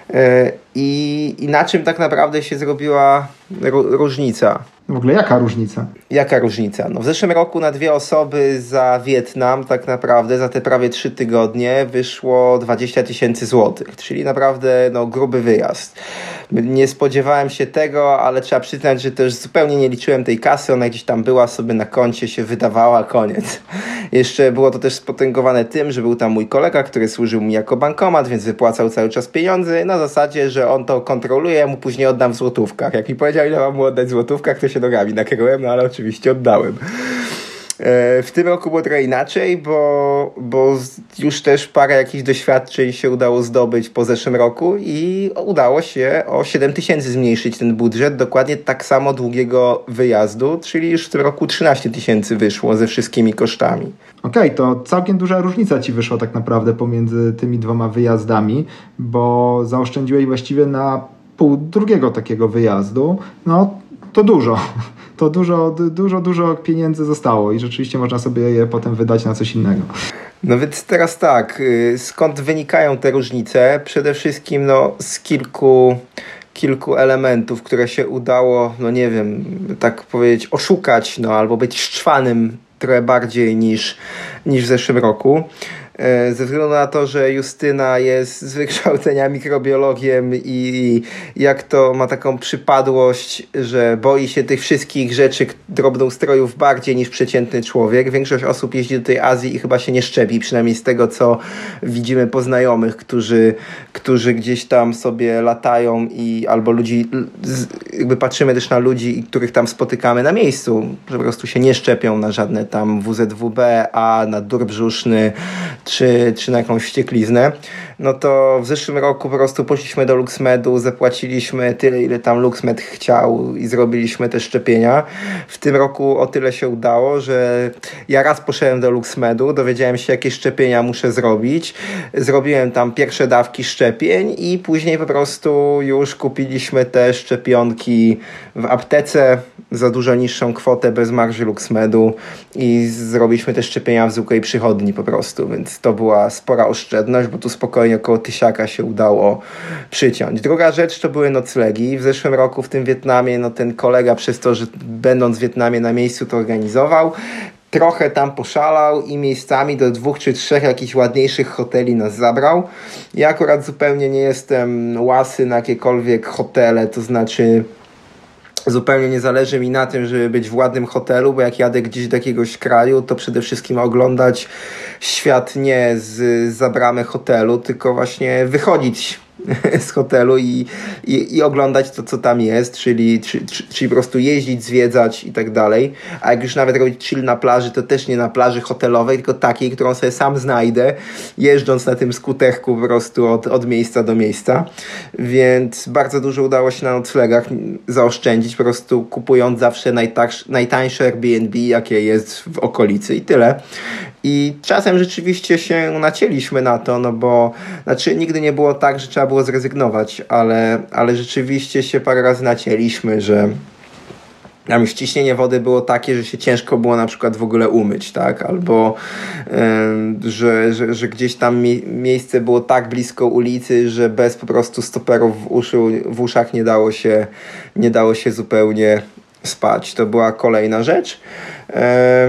I, i na czym tak naprawdę się zrobiła różnica? W ogóle jaka różnica? Jaka różnica? No w zeszłym roku na dwie osoby za Wietnam tak naprawdę za te prawie trzy tygodnie wyszło dwadzieścia tysięcy złotych, czyli naprawdę no, gruby wyjazd. Nie spodziewałem się tego, ale trzeba przyznać, że też zupełnie nie liczyłem tej kasy, ona gdzieś tam była sobie na koncie, się wydawała, koniec. Jeszcze było to też spotęgowane tym, że był tam mój kolega, który służył mi jako bankomat, więc wypłacał cały czas pieniądze na zasadzie, że on to kontroluje, ja mu później oddam w złotówkach. Jak mi powiedział, ile mam mu oddać w złotówkach, to się nogami nakryłem, no ale oczywiście oddałem. W tym roku było trochę inaczej, bo, bo już też parę jakichś doświadczeń się udało zdobyć po zeszłym roku i udało się o siedem tysięcy zmniejszyć ten budżet, dokładnie tak samo długiego wyjazdu, czyli już w tym roku trzynaście tysięcy wyszło ze wszystkimi kosztami. Okej, okay, to całkiem duża różnica ci wyszła tak naprawdę pomiędzy tymi dwoma wyjazdami, bo zaoszczędziłeś właściwie na pół drugiego takiego wyjazdu. No to dużo. To dużo, dużo, dużo pieniędzy zostało i rzeczywiście można sobie je potem wydać na coś innego. No więc teraz tak, skąd wynikają te różnice? Przede wszystkim no, z kilku, kilku elementów, które się udało, no nie wiem, tak powiedzieć, oszukać, no albo być szczwanym trochę bardziej niż, niż w zeszłym roku. Ze względu na to, że Justyna jest z wykształcenia mikrobiologiem i jak to ma taką przypadłość, że boi się tych wszystkich rzeczy, drobnoustrojów bardziej niż przeciętny człowiek. Większość osób jeździ do tej Azji i chyba się nie szczepi, przynajmniej z tego, co widzimy po znajomych, którzy, którzy gdzieś tam sobie latają i albo ludzi, jakby patrzymy też na ludzi, których tam spotykamy na miejscu, że po prostu się nie szczepią na żadne tam W Z W B, a na dur brzuszny, Czy, czy na jakąś wściekliznę, no to w zeszłym roku po prostu poszliśmy do LuxMedu, zapłaciliśmy tyle, ile tam LuxMed chciał i zrobiliśmy te szczepienia. W tym roku o tyle się udało, że ja raz poszedłem do LuxMedu, dowiedziałem się, jakie szczepienia muszę zrobić. Zrobiłem tam pierwsze dawki szczepień i później po prostu już kupiliśmy te szczepionki w aptece za dużo niższą kwotę bez marży LuxMedu i zrobiliśmy te szczepienia w zwykłej przychodni po prostu, więc to była spora oszczędność, bo tu spokojnie około tysiaka się udało przyciąć. Druga rzecz to były noclegi. W zeszłym roku w tym Wietnamie, no ten kolega przez to, że będąc w Wietnamie na miejscu to organizował, trochę tam poszalał i miejscami do dwóch czy trzech jakichś ładniejszych hoteli nas zabrał. Ja akurat zupełnie nie jestem łasy na jakiekolwiek hotele, to znaczy Zupełnie nie zależy mi na tym, żeby być w ładnym hotelu, bo jak jadę gdzieś do jakiegoś kraju, to przede wszystkim oglądać świat nie z za bramy hotelu, tylko właśnie wychodzić z hotelu i, i, i oglądać to, co tam jest, czyli, czy, czy, czyli po prostu jeździć, zwiedzać i tak dalej. A jak już nawet robić chill na plaży, to też nie na plaży hotelowej, tylko takiej, którą sobie sam znajdę, jeżdżąc na tym skuterku po prostu od, od miejsca do miejsca. Więc bardzo dużo udało się na noclegach zaoszczędzić, po prostu kupując zawsze najtańsze Airbnb, jakie jest w okolicy i tyle. I czasem rzeczywiście się nacięliśmy na to, no bo znaczy nigdy nie było tak, że trzeba było zrezygnować, ale, ale rzeczywiście się parę razy nacięliśmy, że tam już ciśnienie wody było takie, że się ciężko było na przykład w ogóle umyć, tak? Albo yy, że, że, że gdzieś tam mi- miejsce było tak blisko ulicy, że bez po prostu stoperów w, uszu, w uszach nie dało się, nie dało się zupełnie spać. To była kolejna rzecz. Yy.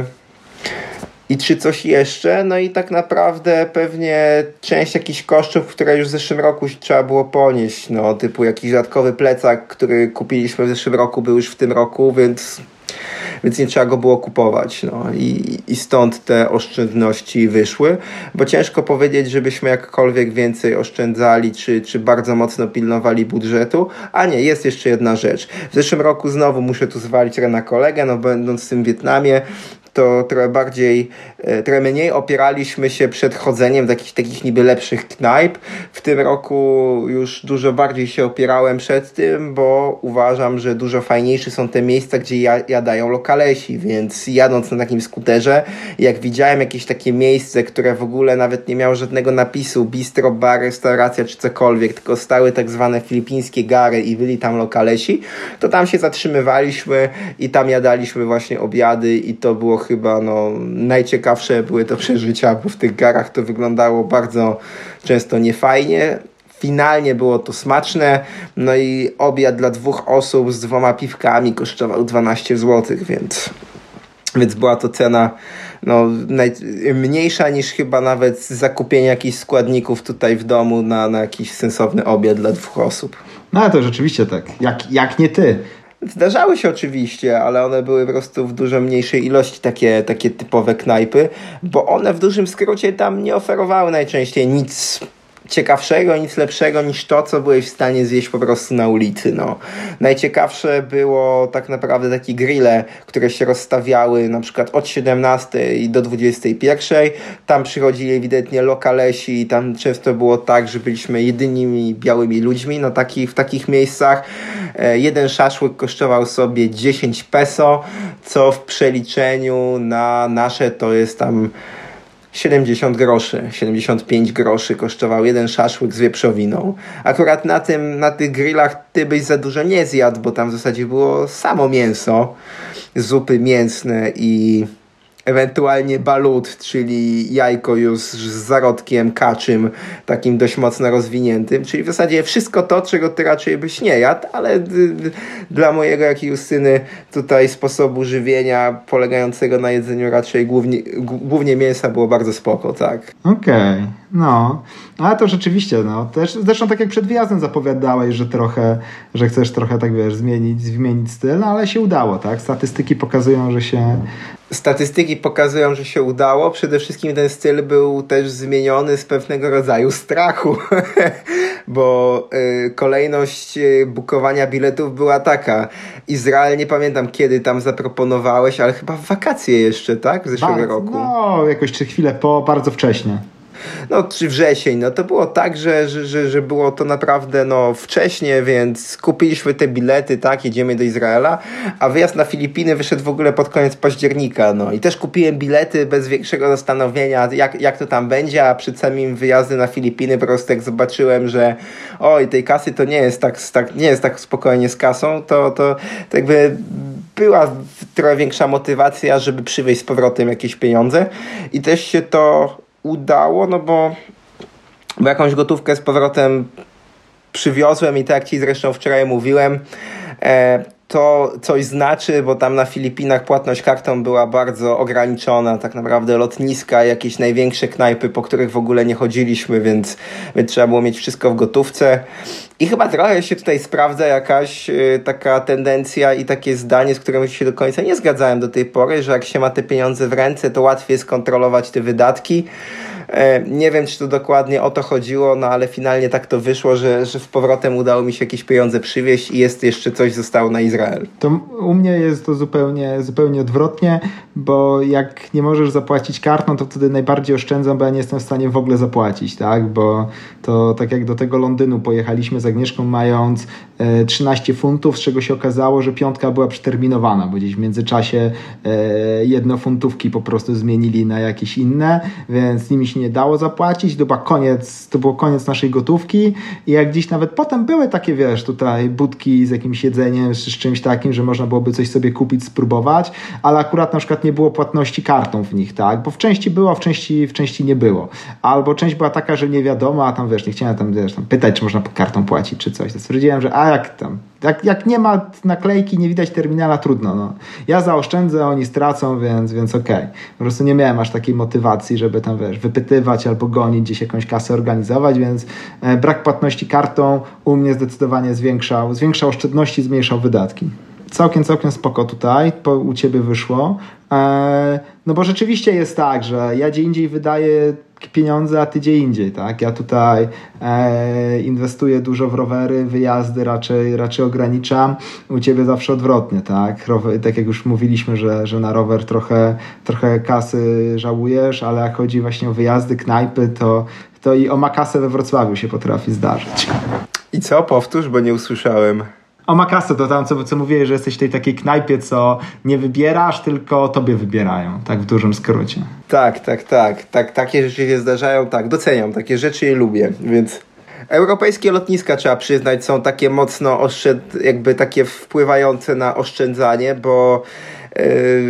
I czy coś jeszcze? No i tak naprawdę pewnie część jakichś kosztów, które już w zeszłym roku trzeba było ponieść, no typu jakiś dodatkowy plecak, który kupiliśmy w zeszłym roku, był już w tym roku, więc, więc nie trzeba go było kupować. No i, i stąd te oszczędności wyszły, bo ciężko powiedzieć, żebyśmy jakkolwiek więcej oszczędzali, czy, czy bardzo mocno pilnowali budżetu. A nie, jest jeszcze jedna rzecz. W zeszłym roku znowu muszę tu zwalić na kolegę, no będąc w tym Wietnamie, to trochę bardziej, trochę mniej opieraliśmy się przed chodzeniem do jakichś takich niby lepszych knajp. W tym roku już dużo bardziej się opierałem przed tym, bo uważam, że dużo fajniejsze są te miejsca, gdzie jadają lokalesi, więc jadąc na takim skuterze, jak widziałem jakieś takie miejsce, które w ogóle nawet nie miało żadnego napisu, bistro, bar, restauracja czy cokolwiek, tylko stały tak zwane filipińskie gary i byli tam lokalesi, to tam się zatrzymywaliśmy i tam jadaliśmy właśnie obiady i to było chyba no, najciekawsze były to przeżycia, bo w tych garach to wyglądało bardzo często niefajnie. Finalnie było to smaczne, no i obiad dla dwóch osób z dwoma piwkami kosztował dwanaście złotych, więc, więc była to cena no, naj, mniejsza niż chyba nawet zakupienie jakichś składników tutaj w domu na, na jakiś sensowny obiad dla dwóch osób. No ale to rzeczywiście tak, jak, jak nie ty. Zdarzały się oczywiście, ale one były po prostu w dużo mniejszej ilości takie, takie typowe knajpy, bo one w dużym skrócie tam nie oferowały najczęściej nic ciekawszego, nic lepszego niż to, co byłeś w stanie zjeść po prostu na ulicy. No. Najciekawsze było tak naprawdę takie grille, które się rozstawiały na przykład od siedemnastej do dwudziestej pierwszej. Tam przychodzili ewidentnie lokalesi i tam często było tak, że byliśmy jedynymi białymi ludźmi no, taki, w takich miejscach. Jeden szaszłyk kosztował sobie dziesięć peso, co w przeliczeniu na nasze to jest tam siedemdziesiąt groszy, siedemdziesiąt pięć groszy kosztował jeden szaszłyk z wieprzowiną. Akurat na tym, na tych grillach ty byś za dużo nie zjadł, bo tam w zasadzie było samo mięso, zupy mięsne i ewentualnie balut, czyli jajko już z zarodkiem kaczym, takim dość mocno rozwiniętym, czyli w zasadzie wszystko to, czego ty raczej byś nie jadł, ale d- d- dla mojego, jak i Justyny tutaj sposobu żywienia polegającego na jedzeniu raczej głównie, g- głównie mięsa było bardzo spoko, tak. Okej, okay, no, ale to rzeczywiście, no, też, zresztą tak jak przed wyjazdem zapowiadałeś, że trochę, że chcesz trochę tak, wiesz, zmienić, zmienić styl, no, ale się udało, tak, statystyki pokazują, że się Statystyki pokazują, że się udało. Przede wszystkim ten styl był też zmieniony z pewnego rodzaju strachu, bo y, kolejność y, bukowania biletów była taka. Izrael, nie pamiętam kiedy tam zaproponowałeś, ale chyba w wakacje jeszcze, tak? W zeszłego bardzo, roku. No, jakoś czy chwilę po, bardzo wcześnie. No, czy wrzesień, no to było tak, że, że, że, że było to naprawdę no, wcześnie, więc kupiliśmy te bilety, tak, jedziemy do Izraela, a wyjazd na Filipiny wyszedł w ogóle pod koniec października, no i też kupiłem bilety bez większego zastanowienia, jak, jak to tam będzie, a przed samym wyjazdem na Filipiny po prostu jak zobaczyłem, że oj, tej kasy to nie jest tak, tak, nie jest tak spokojnie z kasą, to, to, to jakby była trochę większa motywacja, żeby przywieźć z powrotem jakieś pieniądze i też się to udało, no bo, bo jakąś gotówkę z powrotem przywiozłem i tak jak ci zresztą wczoraj mówiłem, e, to coś znaczy, bo tam na Filipinach płatność kartą była bardzo ograniczona, tak naprawdę lotniska, jakieś największe knajpy, po których w ogóle nie chodziliśmy, więc, więc trzeba było mieć wszystko w gotówce. I chyba trochę się tutaj sprawdza jakaś y, taka tendencja i takie zdanie, z którym się do końca nie zgadzałem do tej pory, że jak się ma te pieniądze w ręce, to łatwiej jest kontrolować te wydatki. Nie wiem, czy to dokładnie o to chodziło, no ale finalnie tak to wyszło, że, że z powrotem udało mi się jakieś pieniądze przywieźć i jest jeszcze coś zostało na Izrael. To u mnie jest to zupełnie, zupełnie odwrotnie, bo jak nie możesz zapłacić kartą, to wtedy najbardziej oszczędzam, bo ja nie jestem w stanie w ogóle zapłacić, tak? Bo to tak jak do tego Londynu pojechaliśmy z Agnieszką mając e, trzynaście funtów, z czego się okazało, że piątka była przeterminowana, bo gdzieś w międzyczasie e, jednofuntówki po prostu zmienili na jakieś inne, więc nimi się nie dało zapłacić, to, była koniec, to było koniec naszej gotówki i jak gdzieś nawet potem były takie, wiesz, tutaj budki z jakimś jedzeniem, z czymś takim, że można byłoby coś sobie kupić, spróbować, ale akurat na przykład nie było płatności kartą w nich, tak, bo w części było, w części, w części nie było, albo część była taka, że nie wiadomo, a tam wiesz, nie chciałem tam, wiesz, tam pytać, czy można kartą płacić, czy coś, to stwierdziłem, że a jak tam, jak, jak nie ma naklejki, nie widać terminala, trudno, no. Ja zaoszczędzę, oni stracą, więc, więc okej. Okay. Po prostu nie miałem aż takiej motywacji, żeby tam, wiesz, wypytywać albo gonić, gdzieś jakąś kasę organizować, więc e, brak płatności kartą u mnie zdecydowanie zwiększał, zwiększał oszczędności, zmniejszał wydatki. Całkiem, całkiem spoko tutaj, po, u ciebie wyszło. E, no bo rzeczywiście jest tak, że ja gdzie indziej wydaję pieniądze, a ty gdzie indziej, tak? Ja tutaj e, inwestuję dużo w rowery, wyjazdy raczej, raczej ograniczam. U ciebie zawsze odwrotnie, tak? Rower, tak jak już mówiliśmy, że, że na rower trochę, trochę kasy żałujesz, ale jak chodzi właśnie o wyjazdy, knajpy, to, to i o makasę we Wrocławiu się potrafi zdarzyć. I co? Powtórz, bo nie usłyszałem. O makasę to tam, co, co mówiłeś, że jesteś w tej takiej knajpie, co nie wybierasz, tylko tobie wybierają, tak w dużym skrócie. Tak, tak, tak, tak, takie rzeczy się zdarzają, tak, doceniam, takie rzeczy je lubię, więc europejskie lotniska, trzeba przyznać, są takie mocno oszczęd, jakby takie wpływające na oszczędzanie, bo yy,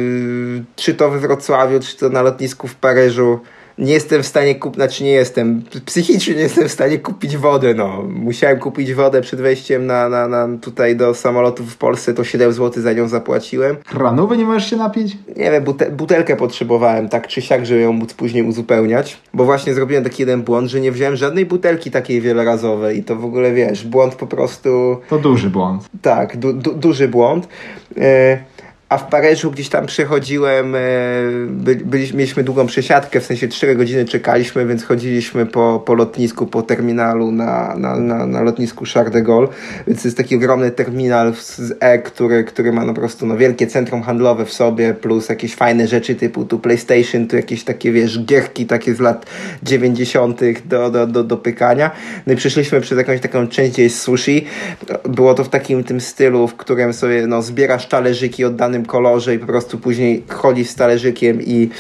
czy to we Wrocławiu, czy to na lotnisku w Paryżu, nie jestem w stanie kupić, znaczy nie jestem, psychicznie nie jestem w stanie kupić wody, no. Musiałem kupić wodę przed wejściem na, na, na tutaj do samolotów w Polsce, to siedem złotych za nią zapłaciłem. Kranowy nie możesz się napić? Nie wiem, bute- butelkę potrzebowałem, tak czy siak, żeby ją móc później uzupełniać, bo właśnie zrobiłem taki jeden błąd, że nie wziąłem żadnej butelki takiej wielorazowej i to w ogóle, wiesz, błąd po prostu... To duży błąd. Tak, du- du- duży błąd. Yy. A w Paryżu gdzieś tam przechodziłem, by, byliśmy, mieliśmy długą przesiadkę, w sensie cztery godziny czekaliśmy, więc chodziliśmy po, po lotnisku, po terminalu na, na, na, na lotnisku Charles de Gaulle, więc to jest taki ogromny terminal z E, który, który ma no po prostu no, wielkie centrum handlowe w sobie, plus jakieś fajne rzeczy typu tu PlayStation, tu jakieś takie, wiesz, gierki takie z lat dziewięćdziesiątych do, do, do, do pykania. No i przeszliśmy przez jakąś taką część, gdzie jest sushi. Było to w takim tym stylu, w którym sobie no, zbierasz talerzyki od danym kolorze i po prostu później chodzisz z talerzykiem i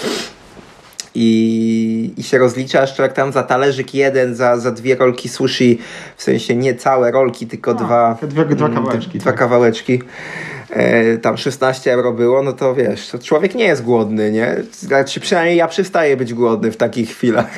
I, i się rozliczasz, czy jak tam za talerzyk jeden, za, za dwie rolki sushi, w sensie nie całe rolki, tylko no, dwa, dwa, dwa kawałeczki. Dwa tak. kawałeczki. E, tam szesnaście euro było, no to wiesz, to człowiek nie jest głodny, nie? Znaczy przynajmniej ja przestaję być głodny w takich chwilach.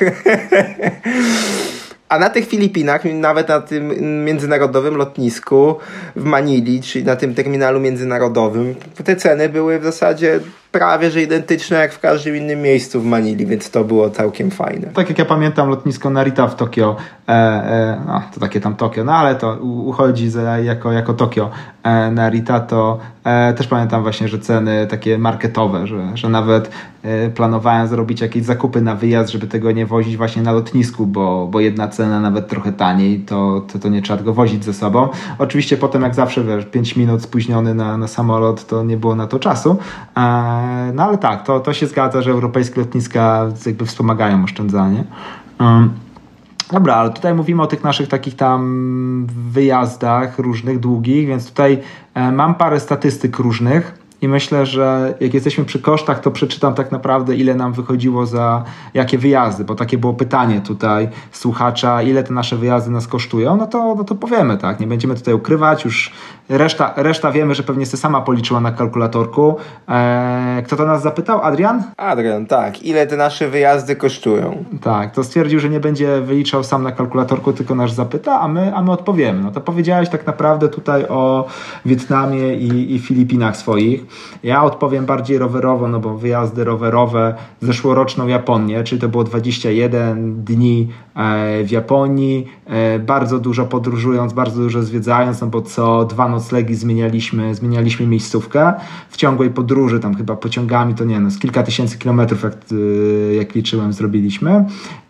A na tych Filipinach, nawet na tym międzynarodowym lotnisku w Manili, czyli na tym terminalu międzynarodowym, te ceny były w zasadzie prawie że identyczne jak w każdym innym miejscu w Manili, więc to było całkiem fajne. Tak jak ja pamiętam lotnisko Narita w Tokio, e, e, no, to takie tam Tokio, no ale to uchodzi za, jako, jako Tokio e, Narita, to e, też pamiętam właśnie, że ceny takie marketowe, że, że nawet e, planowałem zrobić jakieś zakupy na wyjazd, żeby tego nie wozić właśnie na lotnisku, bo, bo jedna cena nawet trochę taniej, to, to, to nie trzeba tego wozić ze sobą. Oczywiście potem jak zawsze, wiesz, pięć minut spóźniony na, na samolot, to nie było na to czasu. E, No ale tak, to, to się zgadza, że europejskie lotniska jakby wspomagają oszczędzanie. Um, dobra, ale tutaj mówimy o tych naszych takich tam wyjazdach różnych, długich, więc tutaj e, mam parę statystyk różnych i myślę, że jak jesteśmy przy kosztach, to przeczytam tak naprawdę, ile nam wychodziło za jakie wyjazdy, bo takie było pytanie tutaj słuchacza, ile te nasze wyjazdy nas kosztują, no to, no to powiemy, tak, nie będziemy tutaj ukrywać, już reszta, reszta wiemy, że pewnie sobie sama policzyła na kalkulatorku. Eee, kto to nas zapytał? Adrian? Adrian, tak. Ile te nasze wyjazdy kosztują? Tak, to stwierdził, że nie będzie wyliczał sam na kalkulatorku, tylko nas zapyta, a my, a my odpowiemy. No to powiedziałeś tak naprawdę tutaj o Wietnamie i, i Filipinach swoich. Ja odpowiem bardziej rowerowo, no bo wyjazdy rowerowe, zeszłoroczną Japonię, czyli to było dwadzieścia jeden dni w Japonii, bardzo dużo podróżując, bardzo dużo zwiedzając, no bo co dwa noclegi zmienialiśmy, zmienialiśmy miejscówkę. W ciągłej podróży, tam chyba pociągami, to nie no, z kilka tysięcy kilometrów, jak, jak liczyłem, zrobiliśmy.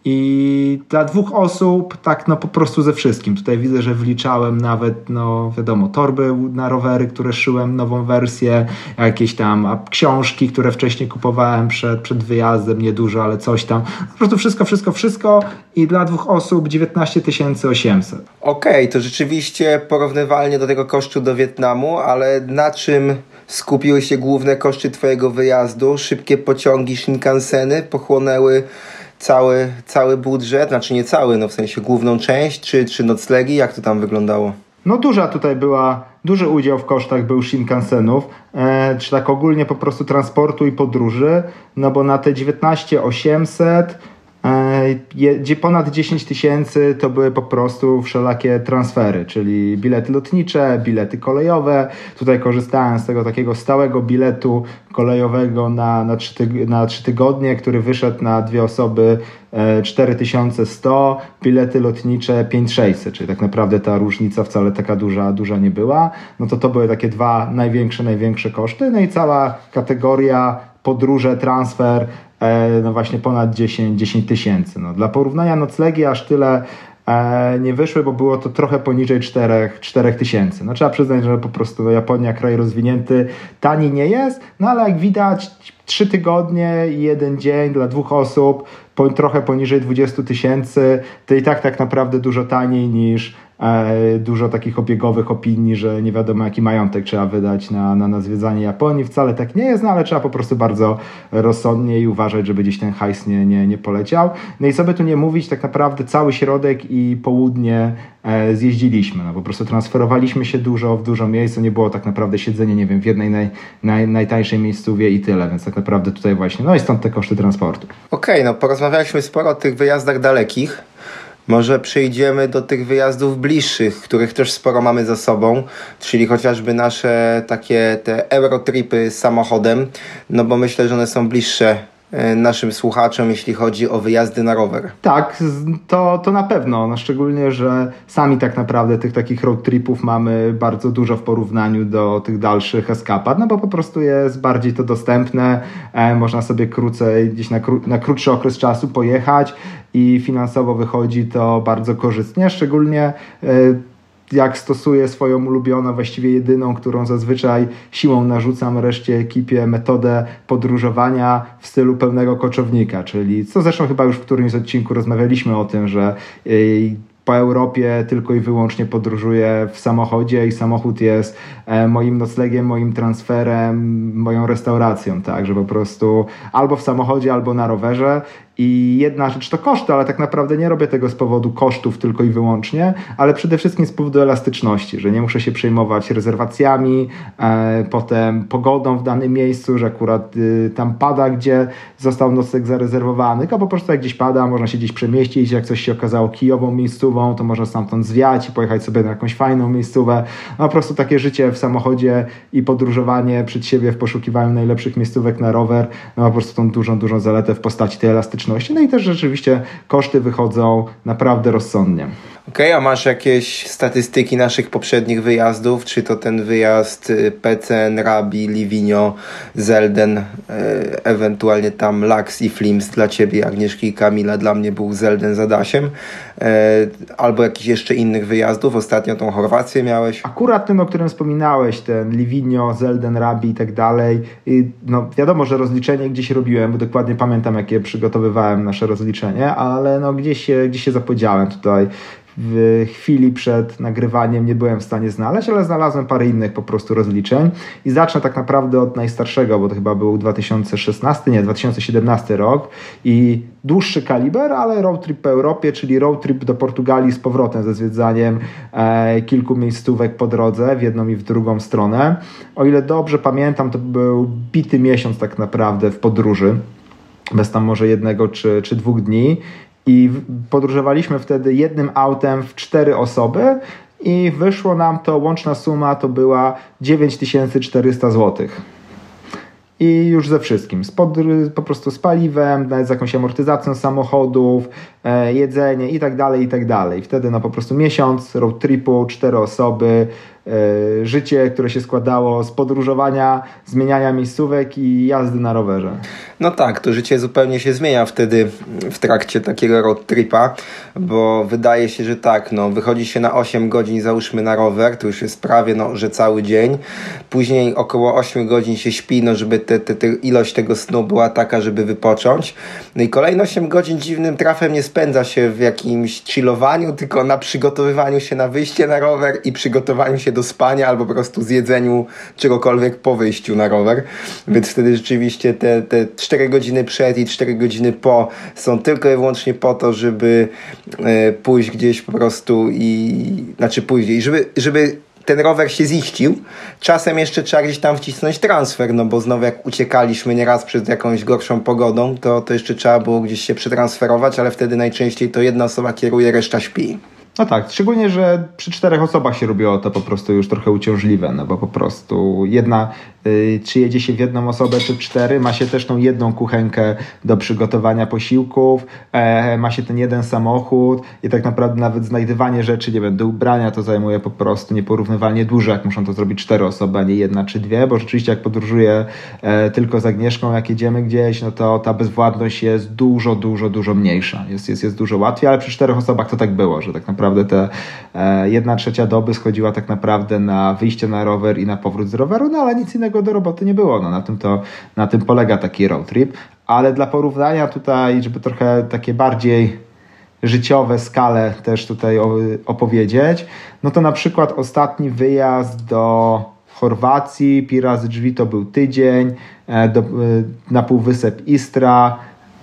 I dla dwóch osób tak no po prostu ze wszystkim. Tutaj widzę, że wliczałem nawet, no wiadomo, torby na rowery, które szyłem, nową wersję, jakieś tam książki, które wcześniej kupowałem przed, przed wyjazdem, niedużo, ale coś tam. Po prostu wszystko, wszystko, wszystko i dla dwóch osób dziewiętnaście tysięcy osiemset. Okej, okay, to rzeczywiście porównywalnie do tego kosztu do Wietnamu, ale na czym skupiły się główne koszty twojego wyjazdu? Szybkie pociągi Shinkanseny pochłonęły cały, cały budżet, znaczy nie cały, no w sensie główną część, czy, czy noclegi? Jak to tam wyglądało? No duża tutaj była, duży udział w kosztach był Shinkansenów, e, czy tak ogólnie po prostu transportu i podróży, no bo na te dziewiętnaście osiemset gdzie ponad dziesięć tysięcy to były po prostu wszelakie transfery, czyli bilety lotnicze, bilety kolejowe. Tutaj korzystałem z tego takiego stałego biletu kolejowego na, na, trzy, na trzy tygodnie, który wyszedł na dwie osoby cztery tysiące sto, bilety lotnicze pięć tysięcy sześćset, czyli tak naprawdę ta różnica wcale taka duża, duża nie była. No to to były takie dwa największe, największe koszty. No i cała kategoria podróże, transfer, no właśnie ponad dziesięć tysięcy. No, dla porównania noclegi aż tyle e, nie wyszły, bo było to trochę poniżej czterech tysięcy. No trzeba przyznać, że po prostu Japonia, kraj rozwinięty, tani nie jest, no ale jak widać trzy tygodnie i jeden dzień dla dwóch osób, po, trochę poniżej dwadzieścia tysięcy, to i tak tak naprawdę dużo taniej niż e, dużo takich obiegowych opinii, że nie wiadomo jaki majątek trzeba wydać na, na, na zwiedzanie Japonii. Wcale tak nie jest, no ale trzeba po prostu bardzo rozsądnie i uważać, żeby gdzieś ten hajs nie, nie, nie poleciał. No i co by tu nie mówić, tak naprawdę cały środek i południe e, zjeździliśmy. No, po prostu transferowaliśmy się dużo, w dużo miejsc, nie było tak naprawdę siedzenie, nie wiem, w jednej naj, naj, najtańszej miejscówie i tyle, więc tak naprawdę tutaj właśnie, no i stąd te koszty transportu. Okej, okay, no porozmawialiśmy sporo o tych wyjazdach dalekich. Może przejdziemy do tych wyjazdów bliższych, których też sporo mamy za sobą, czyli chociażby nasze takie te Eurotripy z samochodem, no bo myślę, że one są bliższe naszym słuchaczom, jeśli chodzi o wyjazdy na rower. Tak, to, to na pewno, no szczególnie, że sami tak naprawdę tych takich road tripów mamy bardzo dużo w porównaniu do tych dalszych eskapad, no bo po prostu jest bardziej to dostępne, e, można sobie krócej, gdzieś na, kró- na krótszy okres czasu pojechać i finansowo wychodzi to bardzo korzystnie, szczególnie e, jak stosuję swoją ulubioną, właściwie jedyną, którą zazwyczaj siłą narzucam reszcie ekipie, metodę podróżowania w stylu pełnego koczownika, czyli co zresztą chyba już w którymś odcinku rozmawialiśmy o tym, że yy, po Europie tylko i wyłącznie podróżuję w samochodzie i samochód jest e, moim noclegiem, moim transferem, moją restauracją, tak, że po prostu albo w samochodzie, albo na rowerze. I jedna rzecz to koszty, ale tak naprawdę nie robię tego z powodu kosztów tylko i wyłącznie, ale przede wszystkim z powodu elastyczności, że nie muszę się przejmować rezerwacjami, e, potem pogodą w danym miejscu, że akurat y, tam pada, gdzie został nocleg zarezerwowany, tylko po prostu jak gdzieś pada, można się gdzieś przemieścić, jak coś się okazało kijową miejscówą, to można stamtąd zwiać i pojechać sobie na jakąś fajną miejscówę. No po prostu takie życie w samochodzie i podróżowanie przed siebie w poszukiwaniu najlepszych miejscówek na rower, no po prostu tą dużą, dużą zaletę w postaci tej elastyczności. No i też rzeczywiście koszty wychodzą naprawdę rozsądnie. Okej, okay, a masz jakieś statystyki naszych poprzednich wyjazdów? Czy to ten wyjazd Pecen, Rabi, Livigno, Zelden, e, ewentualnie tam Laks i Flims dla Ciebie, Agnieszki i Kamila, dla mnie był Zelden z Adasiem, e, albo jakichś jeszcze innych wyjazdów? Ostatnio tą Chorwację miałeś? Akurat ten, o którym wspominałeś, ten Livigno, Zelden, Rabi i tak dalej, no wiadomo, że rozliczenie gdzieś robiłem, bo dokładnie pamiętam, jakie przygotowywałem nasze rozliczenie, ale no gdzieś się, gdzieś się zapodziałem tutaj w chwili przed nagrywaniem nie byłem w stanie znaleźć, ale znalazłem parę innych po prostu rozliczeń i zacznę tak naprawdę od najstarszego, bo to chyba był dwa tysiące szesnasty, nie, dwa tysiące siedemnasty rok i dłuższy kaliber, ale road trip po Europie, czyli road trip do Portugalii z powrotem ze zwiedzaniem e, kilku miejscówek po drodze w jedną i w drugą stronę. O ile dobrze pamiętam, to był bity miesiąc tak naprawdę w podróży, bez tam może jednego czy, czy dwóch dni. I podróżowaliśmy wtedy jednym autem w cztery osoby i wyszło nam to, łączna suma to była dziewięć tysięcy czterysta złotych. I już ze wszystkim, z pod, po prostu z paliwem, z jakąś amortyzacją samochodów, e, jedzenie i tak dalej, i tak dalej. Wtedy no po prostu miesiąc road tripu, cztery osoby, e, życie, które się składało z podróżowania, zmieniania miejscówek i jazdy na rowerze. No tak, to życie zupełnie się zmienia wtedy w trakcie takiego road tripa, bo wydaje się, że tak, no wychodzi się na osiem godzin, załóżmy na rower, to już jest prawie, no, że cały dzień. Później około osiem godzin się śpi, no żeby te, te, te ilość tego snu była taka, żeby wypocząć. No i kolejne osiem godzin dziwnym trafem nie spędza się w jakimś chillowaniu, tylko na przygotowywaniu się na wyjście na rower i przygotowaniu się do spania albo po prostu zjedzeniu czegokolwiek po wyjściu na rower. Więc wtedy rzeczywiście te, te cztery godziny przed i cztery godziny po są tylko i wyłącznie po to, żeby e, pójść gdzieś po prostu i znaczy później, żeby, żeby ten rower się ziścił. Czasem jeszcze trzeba gdzieś tam wcisnąć transfer, no bo znowu jak uciekaliśmy nieraz przed jakąś gorszą pogodą, to, to jeszcze trzeba było gdzieś się przetransferować, ale wtedy najczęściej to jedna osoba kieruje, reszta śpi. No tak, szczególnie, że przy czterech osobach się robiło to po prostu już trochę uciążliwe, no bo po prostu jedna, y, czy jedzie się w jedną osobę, czy cztery, ma się też tą jedną kuchenkę do przygotowania posiłków, e, ma się ten jeden samochód i tak naprawdę nawet znajdywanie rzeczy, nie wiem, do ubrania to zajmuje po prostu nieporównywalnie dużo, jak muszą to zrobić cztery osoby, a nie jedna czy dwie, bo rzeczywiście jak podróżuję e, tylko z Agnieszką, jak jedziemy gdzieś, no to ta bezwładność jest dużo, dużo, dużo mniejsza, jest, jest, jest dużo łatwiej, ale przy czterech osobach to tak było, że tak naprawdę Naprawdę te e, jedna trzecia doby schodziła tak naprawdę na wyjście na rower i na powrót z roweru, no ale nic innego do roboty nie było. No, na tym to, na tym polega taki road trip. Ale dla porównania tutaj, żeby trochę takie bardziej życiowe skale też tutaj opowiedzieć, no to na przykład ostatni wyjazd do Chorwacji, pi razy drzwi to był tydzień, e, do, e, na półwysep Istra,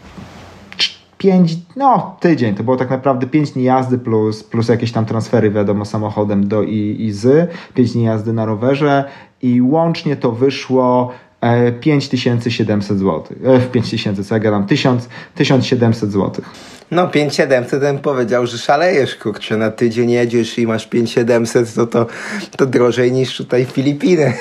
pięć, no tydzień, to było tak naprawdę pięć dni jazdy plus, plus jakieś tam transfery, wiadomo, samochodem do i, i z, pięć dni jazdy na rowerze i łącznie to wyszło e, pięć tysięcy siedemset złotych. E, pięć tysięcy, co ja gadam, tysiąc siedemset złotych. No pięć tysięcy siedemset, ten powiedział, że szalejesz, kurczę, na tydzień jedziesz i masz pięć tysięcy siedemset, to, to, to drożej niż tutaj Filipiny.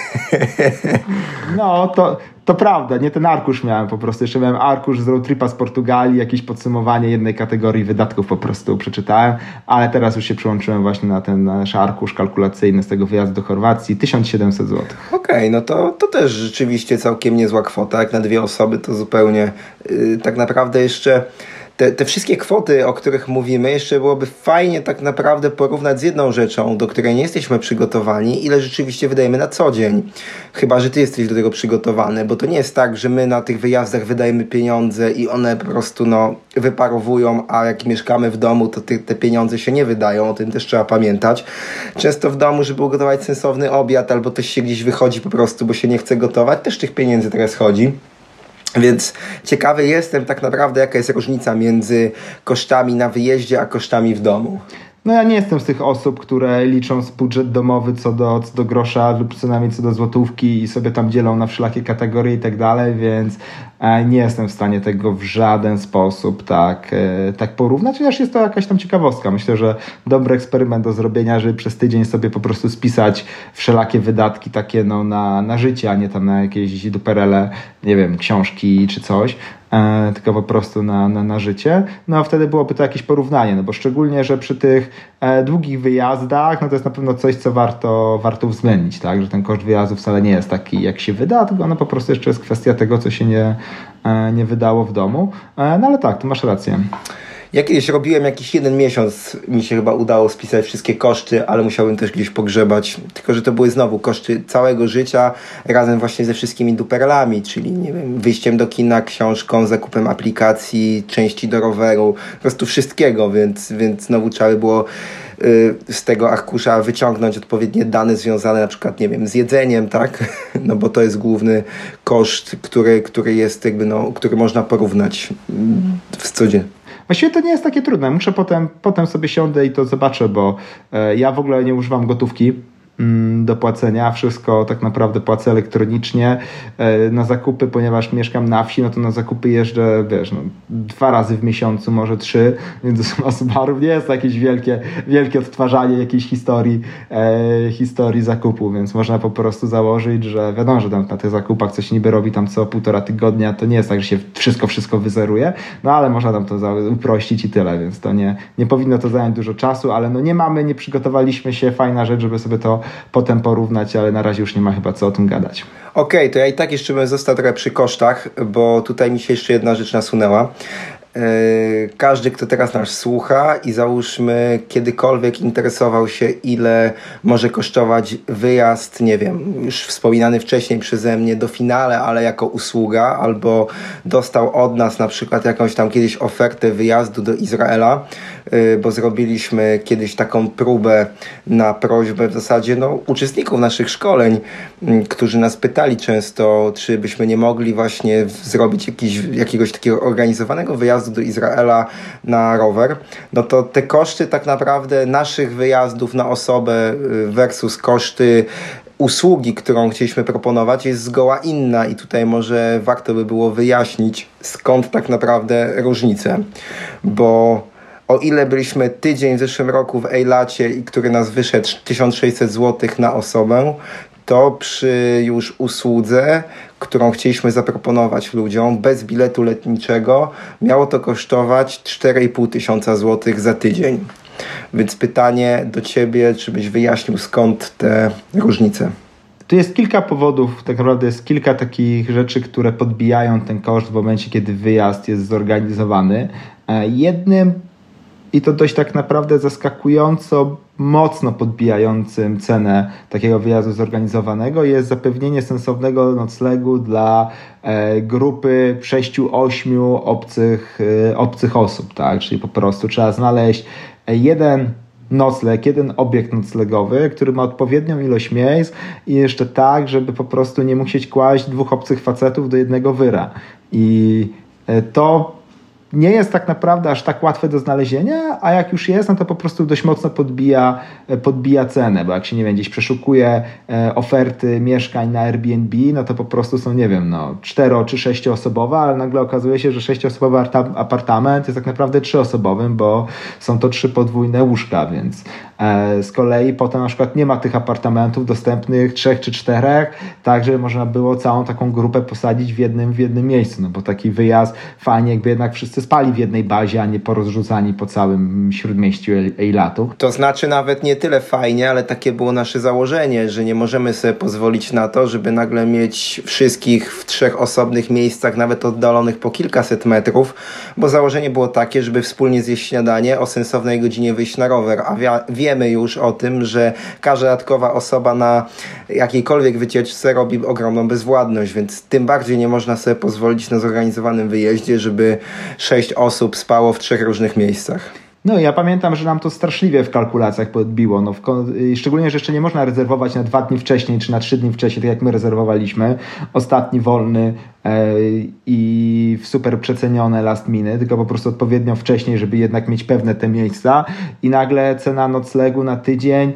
No, to, to prawda, nie ten arkusz miałem po prostu, jeszcze miałem arkusz z road tripa z Portugalii, jakieś podsumowanie jednej kategorii wydatków po prostu przeczytałem, ale teraz już się przyłączyłem właśnie na ten nasz arkusz kalkulacyjny z tego wyjazdu do Chorwacji, tysiąc siedemset złotych. Okej, okay, no to, to też rzeczywiście całkiem niezła kwota, jak na dwie osoby to zupełnie yy, tak naprawdę jeszcze Te, te wszystkie kwoty, o których mówimy, jeszcze byłoby fajnie tak naprawdę porównać z jedną rzeczą, do której nie jesteśmy przygotowani, ile rzeczywiście wydajemy na co dzień. Chyba że ty jesteś do tego przygotowany, bo to nie jest tak, że my na tych wyjazdach wydajemy pieniądze i one po prostu no, wyparowują, a jak mieszkamy w domu, to te, te pieniądze się nie wydają, o tym też trzeba pamiętać. Często w domu, żeby ugotować sensowny obiad, albo też się gdzieś wychodzi po prostu, bo się nie chce gotować, też tych pieniędzy teraz chodzi. Więc ciekawy jestem tak naprawdę, jaka jest różnica między kosztami na wyjeździe, a kosztami w domu. No ja nie jestem z tych osób, które liczą budżet domowy co do, co do grosza lub co najmniej co do złotówki i sobie tam dzielą na wszelakie kategorie i tak dalej, więc nie jestem w stanie tego w żaden sposób tak, tak porównać, chociaż jest to jakaś tam ciekawostka. Myślę, że dobry eksperyment do zrobienia, żeby przez tydzień sobie po prostu spisać wszelakie wydatki takie no, na, na życie, a nie tam na jakieś duperele, nie wiem, książki czy coś. E, tylko po prostu na, na, na życie, no a wtedy byłoby to jakieś porównanie, no bo szczególnie, że przy tych e, długich wyjazdach, no to jest na pewno coś, co warto, warto uwzględnić, tak, że ten koszt wyjazdu wcale nie jest taki, jak się wyda, tylko no po prostu jeszcze jest kwestia tego, co się nie, e, nie wydało w domu, e, no ale tak, tu masz rację. Ja kiedyś robiłem jakiś jeden miesiąc, mi się chyba udało spisać wszystkie koszty, ale musiałbym też gdzieś pogrzebać. Tylko że to były znowu koszty całego życia razem właśnie ze wszystkimi duperlami, czyli nie wiem, wyjściem do kina, książką, zakupem aplikacji, części do roweru, po prostu wszystkiego, więc, więc znowu trzeba by było z tego arkusza wyciągnąć odpowiednie dane związane na przykład, nie wiem, z jedzeniem, tak? No bo to jest główny koszt, który, który jest jakby, no, który można porównać w codziennie. Właściwie to nie jest takie trudne. Muszę potem, potem sobie siądę i to zobaczę, bo e, ja w ogóle nie używam gotówki mm, do płacenia. Wszystko tak naprawdę płacę elektronicznie. E, na zakupy, ponieważ mieszkam na wsi, no to na zakupy jeżdżę, wiesz, no, dwa razy w miesiącu, może trzy, więc summa summarum nie jest to jakieś wielkie, wielkie odtwarzanie jakiejś historii, e, historii zakupu, więc można po prostu założyć, że wiadomo, że tam na tych zakupach coś niby robi tam co półtora tygodnia, to nie jest tak, że się wszystko, wszystko wyzeruje, no ale można tam to uprościć i tyle, więc to nie, nie powinno to zająć dużo czasu, ale no nie mamy, nie przygotowaliśmy się, fajna rzecz, żeby sobie to potem porównać, ale na razie już nie ma chyba co o tym gadać. Okej, okay, to ja i tak jeszcze bym został trochę przy kosztach, bo tutaj mi się jeszcze jedna rzecz nasunęła. Każdy, kto teraz nas słucha i załóżmy kiedykolwiek interesował się, ile może kosztować wyjazd, nie wiem, już wspominany wcześniej przeze mnie do Finale, ale jako usługa, albo dostał od nas na przykład jakąś tam kiedyś ofertę wyjazdu do Izraela, bo zrobiliśmy kiedyś taką próbę na prośbę w zasadzie no, uczestników naszych szkoleń, którzy nas pytali często, czy byśmy nie mogli właśnie zrobić jakiś, jakiegoś takiego organizowanego wyjazdu do Izraela na rower, no to te koszty tak naprawdę naszych wyjazdów na osobę versus koszty usługi, którą chcieliśmy proponować, jest zgoła inna i tutaj może warto by było wyjaśnić, skąd tak naprawdę różnice, bo o ile byliśmy tydzień w zeszłym roku w Eilacie, i który nas wyszedł tysiąc sześćset złotych na osobę, to przy już usłudze, którą chcieliśmy zaproponować ludziom bez biletu letniczego, miało to kosztować cztery i pół tysiąca złotych za tydzień. Więc pytanie do Ciebie, czy byś wyjaśnił, skąd te różnice? Tu jest kilka powodów, tak naprawdę jest kilka takich rzeczy, które podbijają ten koszt w momencie, kiedy wyjazd jest zorganizowany. Jednym, i to dość tak naprawdę zaskakująco mocno podbijającym cenę takiego wyjazdu zorganizowanego, jest zapewnienie sensownego noclegu dla e, grupy sześciu ośmiu obcych, e, obcych osób, tak? Czyli po prostu trzeba znaleźć jeden nocleg, jeden obiekt noclegowy, który ma odpowiednią ilość miejsc i jeszcze tak, żeby po prostu nie musieć kłaść dwóch obcych facetów do jednego wyra. I e, to nie jest tak naprawdę aż tak łatwe do znalezienia, a jak już jest, no to po prostu dość mocno podbija, podbija cenę, bo jak się, nie wiem, gdzieś przeszukuje oferty mieszkań na Airbnb, no to po prostu są, nie wiem, no cztero czy sześcioosobowe, ale nagle okazuje się, że sześcioosobowy apartament jest tak naprawdę trzyosobowym, bo są to trzy podwójne łóżka, więc z kolei potem na przykład nie ma tych apartamentów dostępnych trzech czy czterech, tak żeby można było całą taką grupę posadzić w jednym, w jednym miejscu, no bo taki wyjazd fajnie jakby jednak wszyscy spali w jednej bazie, a nie porozrzucani po całym śródmieściu Eilatu. To znaczy nawet nie tyle fajnie, ale takie było nasze założenie, że nie możemy sobie pozwolić na to, żeby nagle mieć wszystkich w trzech osobnych miejscach, nawet oddalonych po kilkaset metrów, bo założenie było takie, żeby wspólnie zjeść śniadanie, o sensownej godzinie wyjść na rower, a wi- wiemy już o tym, że każda dodatkowa osoba na jakiejkolwiek wycieczce robi ogromną bezwładność, więc tym bardziej nie można sobie pozwolić na zorganizowanym wyjeździe, żeby sześć osób spało w trzech różnych miejscach. No ja pamiętam, że nam to straszliwie w kalkulacjach podbiło. No, w, szczególnie, że jeszcze nie można rezerwować na dwa dni wcześniej, czy na trzy dni wcześniej, tak jak my rezerwowaliśmy. Ostatni wolny e, i w super przecenione last minute, tylko po prostu odpowiednio wcześniej, żeby jednak mieć pewne te miejsca. I nagle cena noclegu na tydzień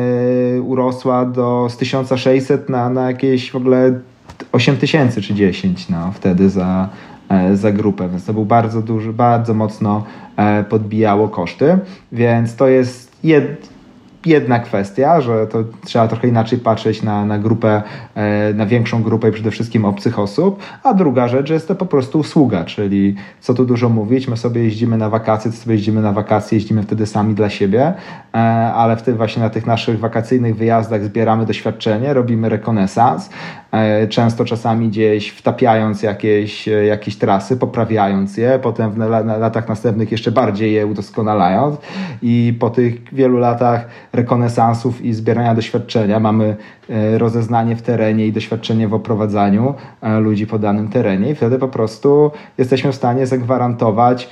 e, urosła do z tysiąc sześćset na, na jakieś w ogóle osiem tysięcy czy dziesięć, no wtedy za za grupę, więc to był bardzo duży, bardzo mocno podbijało koszty, więc to jest jed, jedna kwestia, że to trzeba trochę inaczej patrzeć na, na grupę, na większą grupę i przede wszystkim obcych osób, a druga rzecz, że jest to po prostu usługa, czyli co tu dużo mówić, my sobie jeździmy na wakacje, to sobie jeździmy na wakacje, jeździmy wtedy sami dla siebie, ale wtedy właśnie na tych naszych wakacyjnych wyjazdach zbieramy doświadczenie, robimy rekonesans, często czasami gdzieś wtapiając jakieś, jakieś trasy, poprawiając je, potem w latach następnych jeszcze bardziej je udoskonalając i po tych wielu latach rekonesansów i zbierania doświadczenia mamy rozeznanie w terenie i doświadczenie w oprowadzaniu ludzi po danym terenie i wtedy po prostu jesteśmy w stanie zagwarantować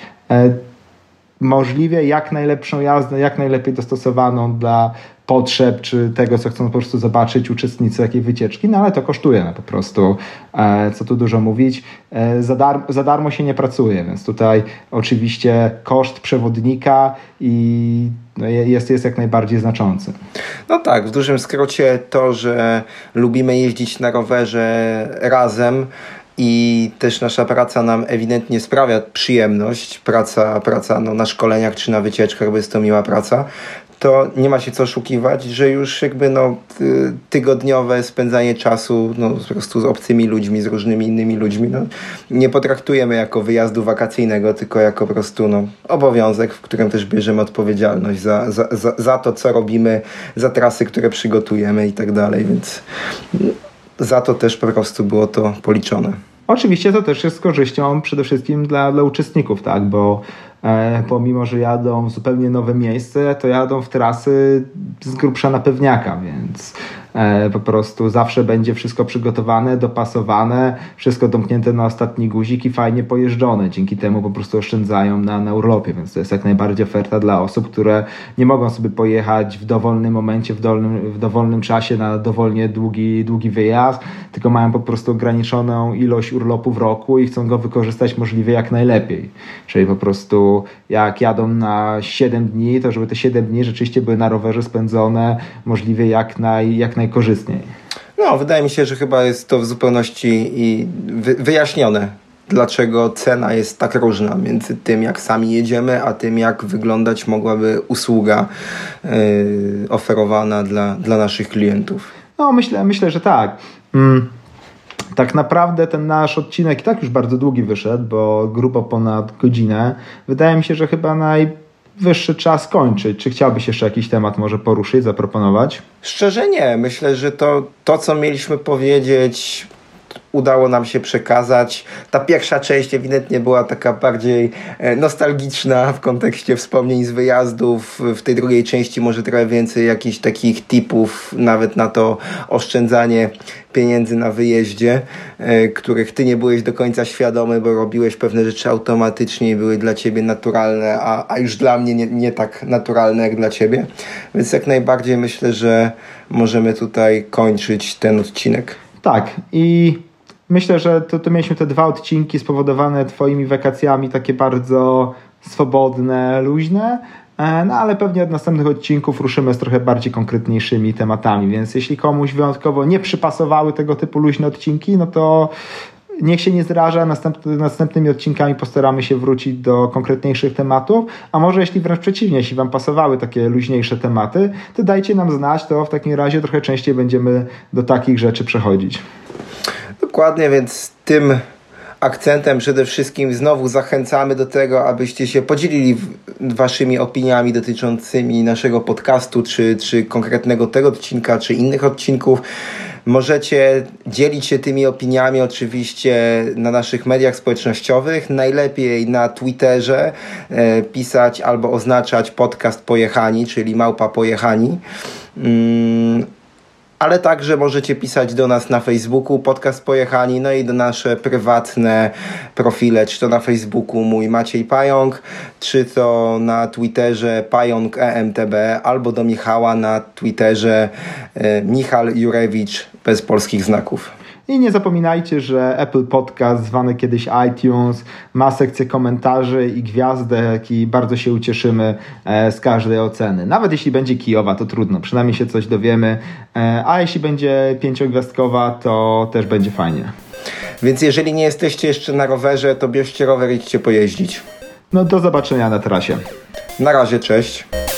możliwie jak najlepszą jazdę, jak najlepiej dostosowaną dla potrzeb, czy tego, co chcą po prostu zobaczyć uczestnicy takiej wycieczki, no ale to kosztuje no, po prostu, e, co tu dużo mówić, e, za, dar- za darmo się nie pracuje, więc tutaj oczywiście koszt przewodnika i no, jest, jest jak najbardziej znaczący. No tak, w dużym skrócie to, że lubimy jeździć na rowerze razem, i też nasza praca nam ewidentnie sprawia przyjemność, praca, praca no, na szkoleniach czy na wycieczkach, bo jest to miła praca, to nie ma się co oszukiwać, że już jakby no, tygodniowe spędzanie czasu no, po prostu z obcymi ludźmi, z różnymi innymi ludźmi, no, nie potraktujemy jako wyjazdu wakacyjnego, tylko jako po prostu no, obowiązek, w którym też bierzemy odpowiedzialność za, za, za, za to, co robimy, za trasy, które przygotujemy i tak dalej, więc za to też po prostu było to policzone. Oczywiście to też jest z korzyścią przede wszystkim dla, dla uczestników, tak, bo e, pomimo, że jadą w zupełnie nowe miejsce, to jadą w trasy z grubsza na pewniaka, więc e, po prostu zawsze będzie wszystko przygotowane, dopasowane, wszystko domknięte na ostatni guzik i fajnie pojeżdżone. Dzięki temu po prostu oszczędzają na, na urlopie, więc to jest jak najbardziej oferta dla osób, które nie mogą sobie pojechać w dowolnym momencie, w, dolnym, w dowolnym czasie na dowolnie długi, długi wyjazd, tylko mają po prostu ograniczoną ilość urlopu w roku i chcą go wykorzystać możliwie jak najlepiej. Czyli po prostu jak jadą na siedem dni, to żeby te siedem dni rzeczywiście były na rowerze spędzone możliwie jak, naj, jak najkorzystniej. No, wydaje mi się, że chyba jest to w zupełności i wy, wyjaśnione, dlaczego cena jest tak różna między tym, jak sami jedziemy, a tym, jak wyglądać mogłaby usługa yy, oferowana dla, dla naszych klientów. No, myślę, myślę, że tak. Mm. Tak naprawdę ten nasz odcinek i tak już bardzo długi wyszedł, bo grubo ponad godzinę. Wydaje mi się, że chyba najwyższy czas kończyć. Czy chciałbyś jeszcze jakiś temat może poruszyć, zaproponować? Szczerze nie. Myślę, że to, to co mieliśmy powiedzieć, udało nam się przekazać. Ta pierwsza część ewidentnie była taka bardziej nostalgiczna w kontekście wspomnień z wyjazdów. W tej drugiej części może trochę więcej jakichś takich tipów, nawet na to oszczędzanie pieniędzy na wyjeździe, których ty nie byłeś do końca świadomy, bo robiłeś pewne rzeczy automatycznie i były dla ciebie naturalne, a, a już dla mnie nie, nie tak naturalne jak dla ciebie. Więc jak najbardziej myślę, że możemy tutaj kończyć ten odcinek. Tak i myślę, że to, to mieliśmy te dwa odcinki spowodowane twoimi wakacjami, takie bardzo swobodne, luźne, no ale pewnie od następnych odcinków ruszymy z trochę bardziej konkretniejszymi tematami, więc jeśli komuś wyjątkowo nie przypasowały tego typu luźne odcinki, no to niech się nie zraża, Następ, następnymi odcinkami postaramy się wrócić do konkretniejszych tematów, a może jeśli wręcz przeciwnie, jeśli wam pasowały takie luźniejsze tematy, to dajcie nam znać, to w takim razie trochę częściej będziemy do takich rzeczy przechodzić. Dokładnie, więc tym akcentem przede wszystkim znowu zachęcamy do tego, abyście się podzielili waszymi opiniami dotyczącymi naszego podcastu, czy, czy konkretnego tego odcinka, czy innych odcinków. Możecie dzielić się tymi opiniami oczywiście na naszych mediach społecznościowych, najlepiej na Twitterze, e, pisać albo oznaczać podcast Pojechani, czyli małpa Pojechani. Mm. Ale także możecie pisać do nas na Facebooku Podcast Pojechani, no i do nasze prywatne profile, czy to na Facebooku mój Maciej Pająk, czy to na Twitterze Pająk E M T B, albo do Michała na Twitterze e, Michal Jurewicz bez polskich znaków. I nie zapominajcie, że Apple Podcast, zwany kiedyś iTunes, ma sekcję komentarzy i gwiazdek i bardzo się ucieszymy z każdej oceny. Nawet jeśli będzie kijowa, to trudno, przynajmniej się coś dowiemy, a jeśli będzie pięciogwiazdkowa, to też będzie fajnie. Więc jeżeli nie jesteście jeszcze na rowerze, to bierzcie rower i idźcie pojeździć. No do zobaczenia na trasie. Na razie, cześć.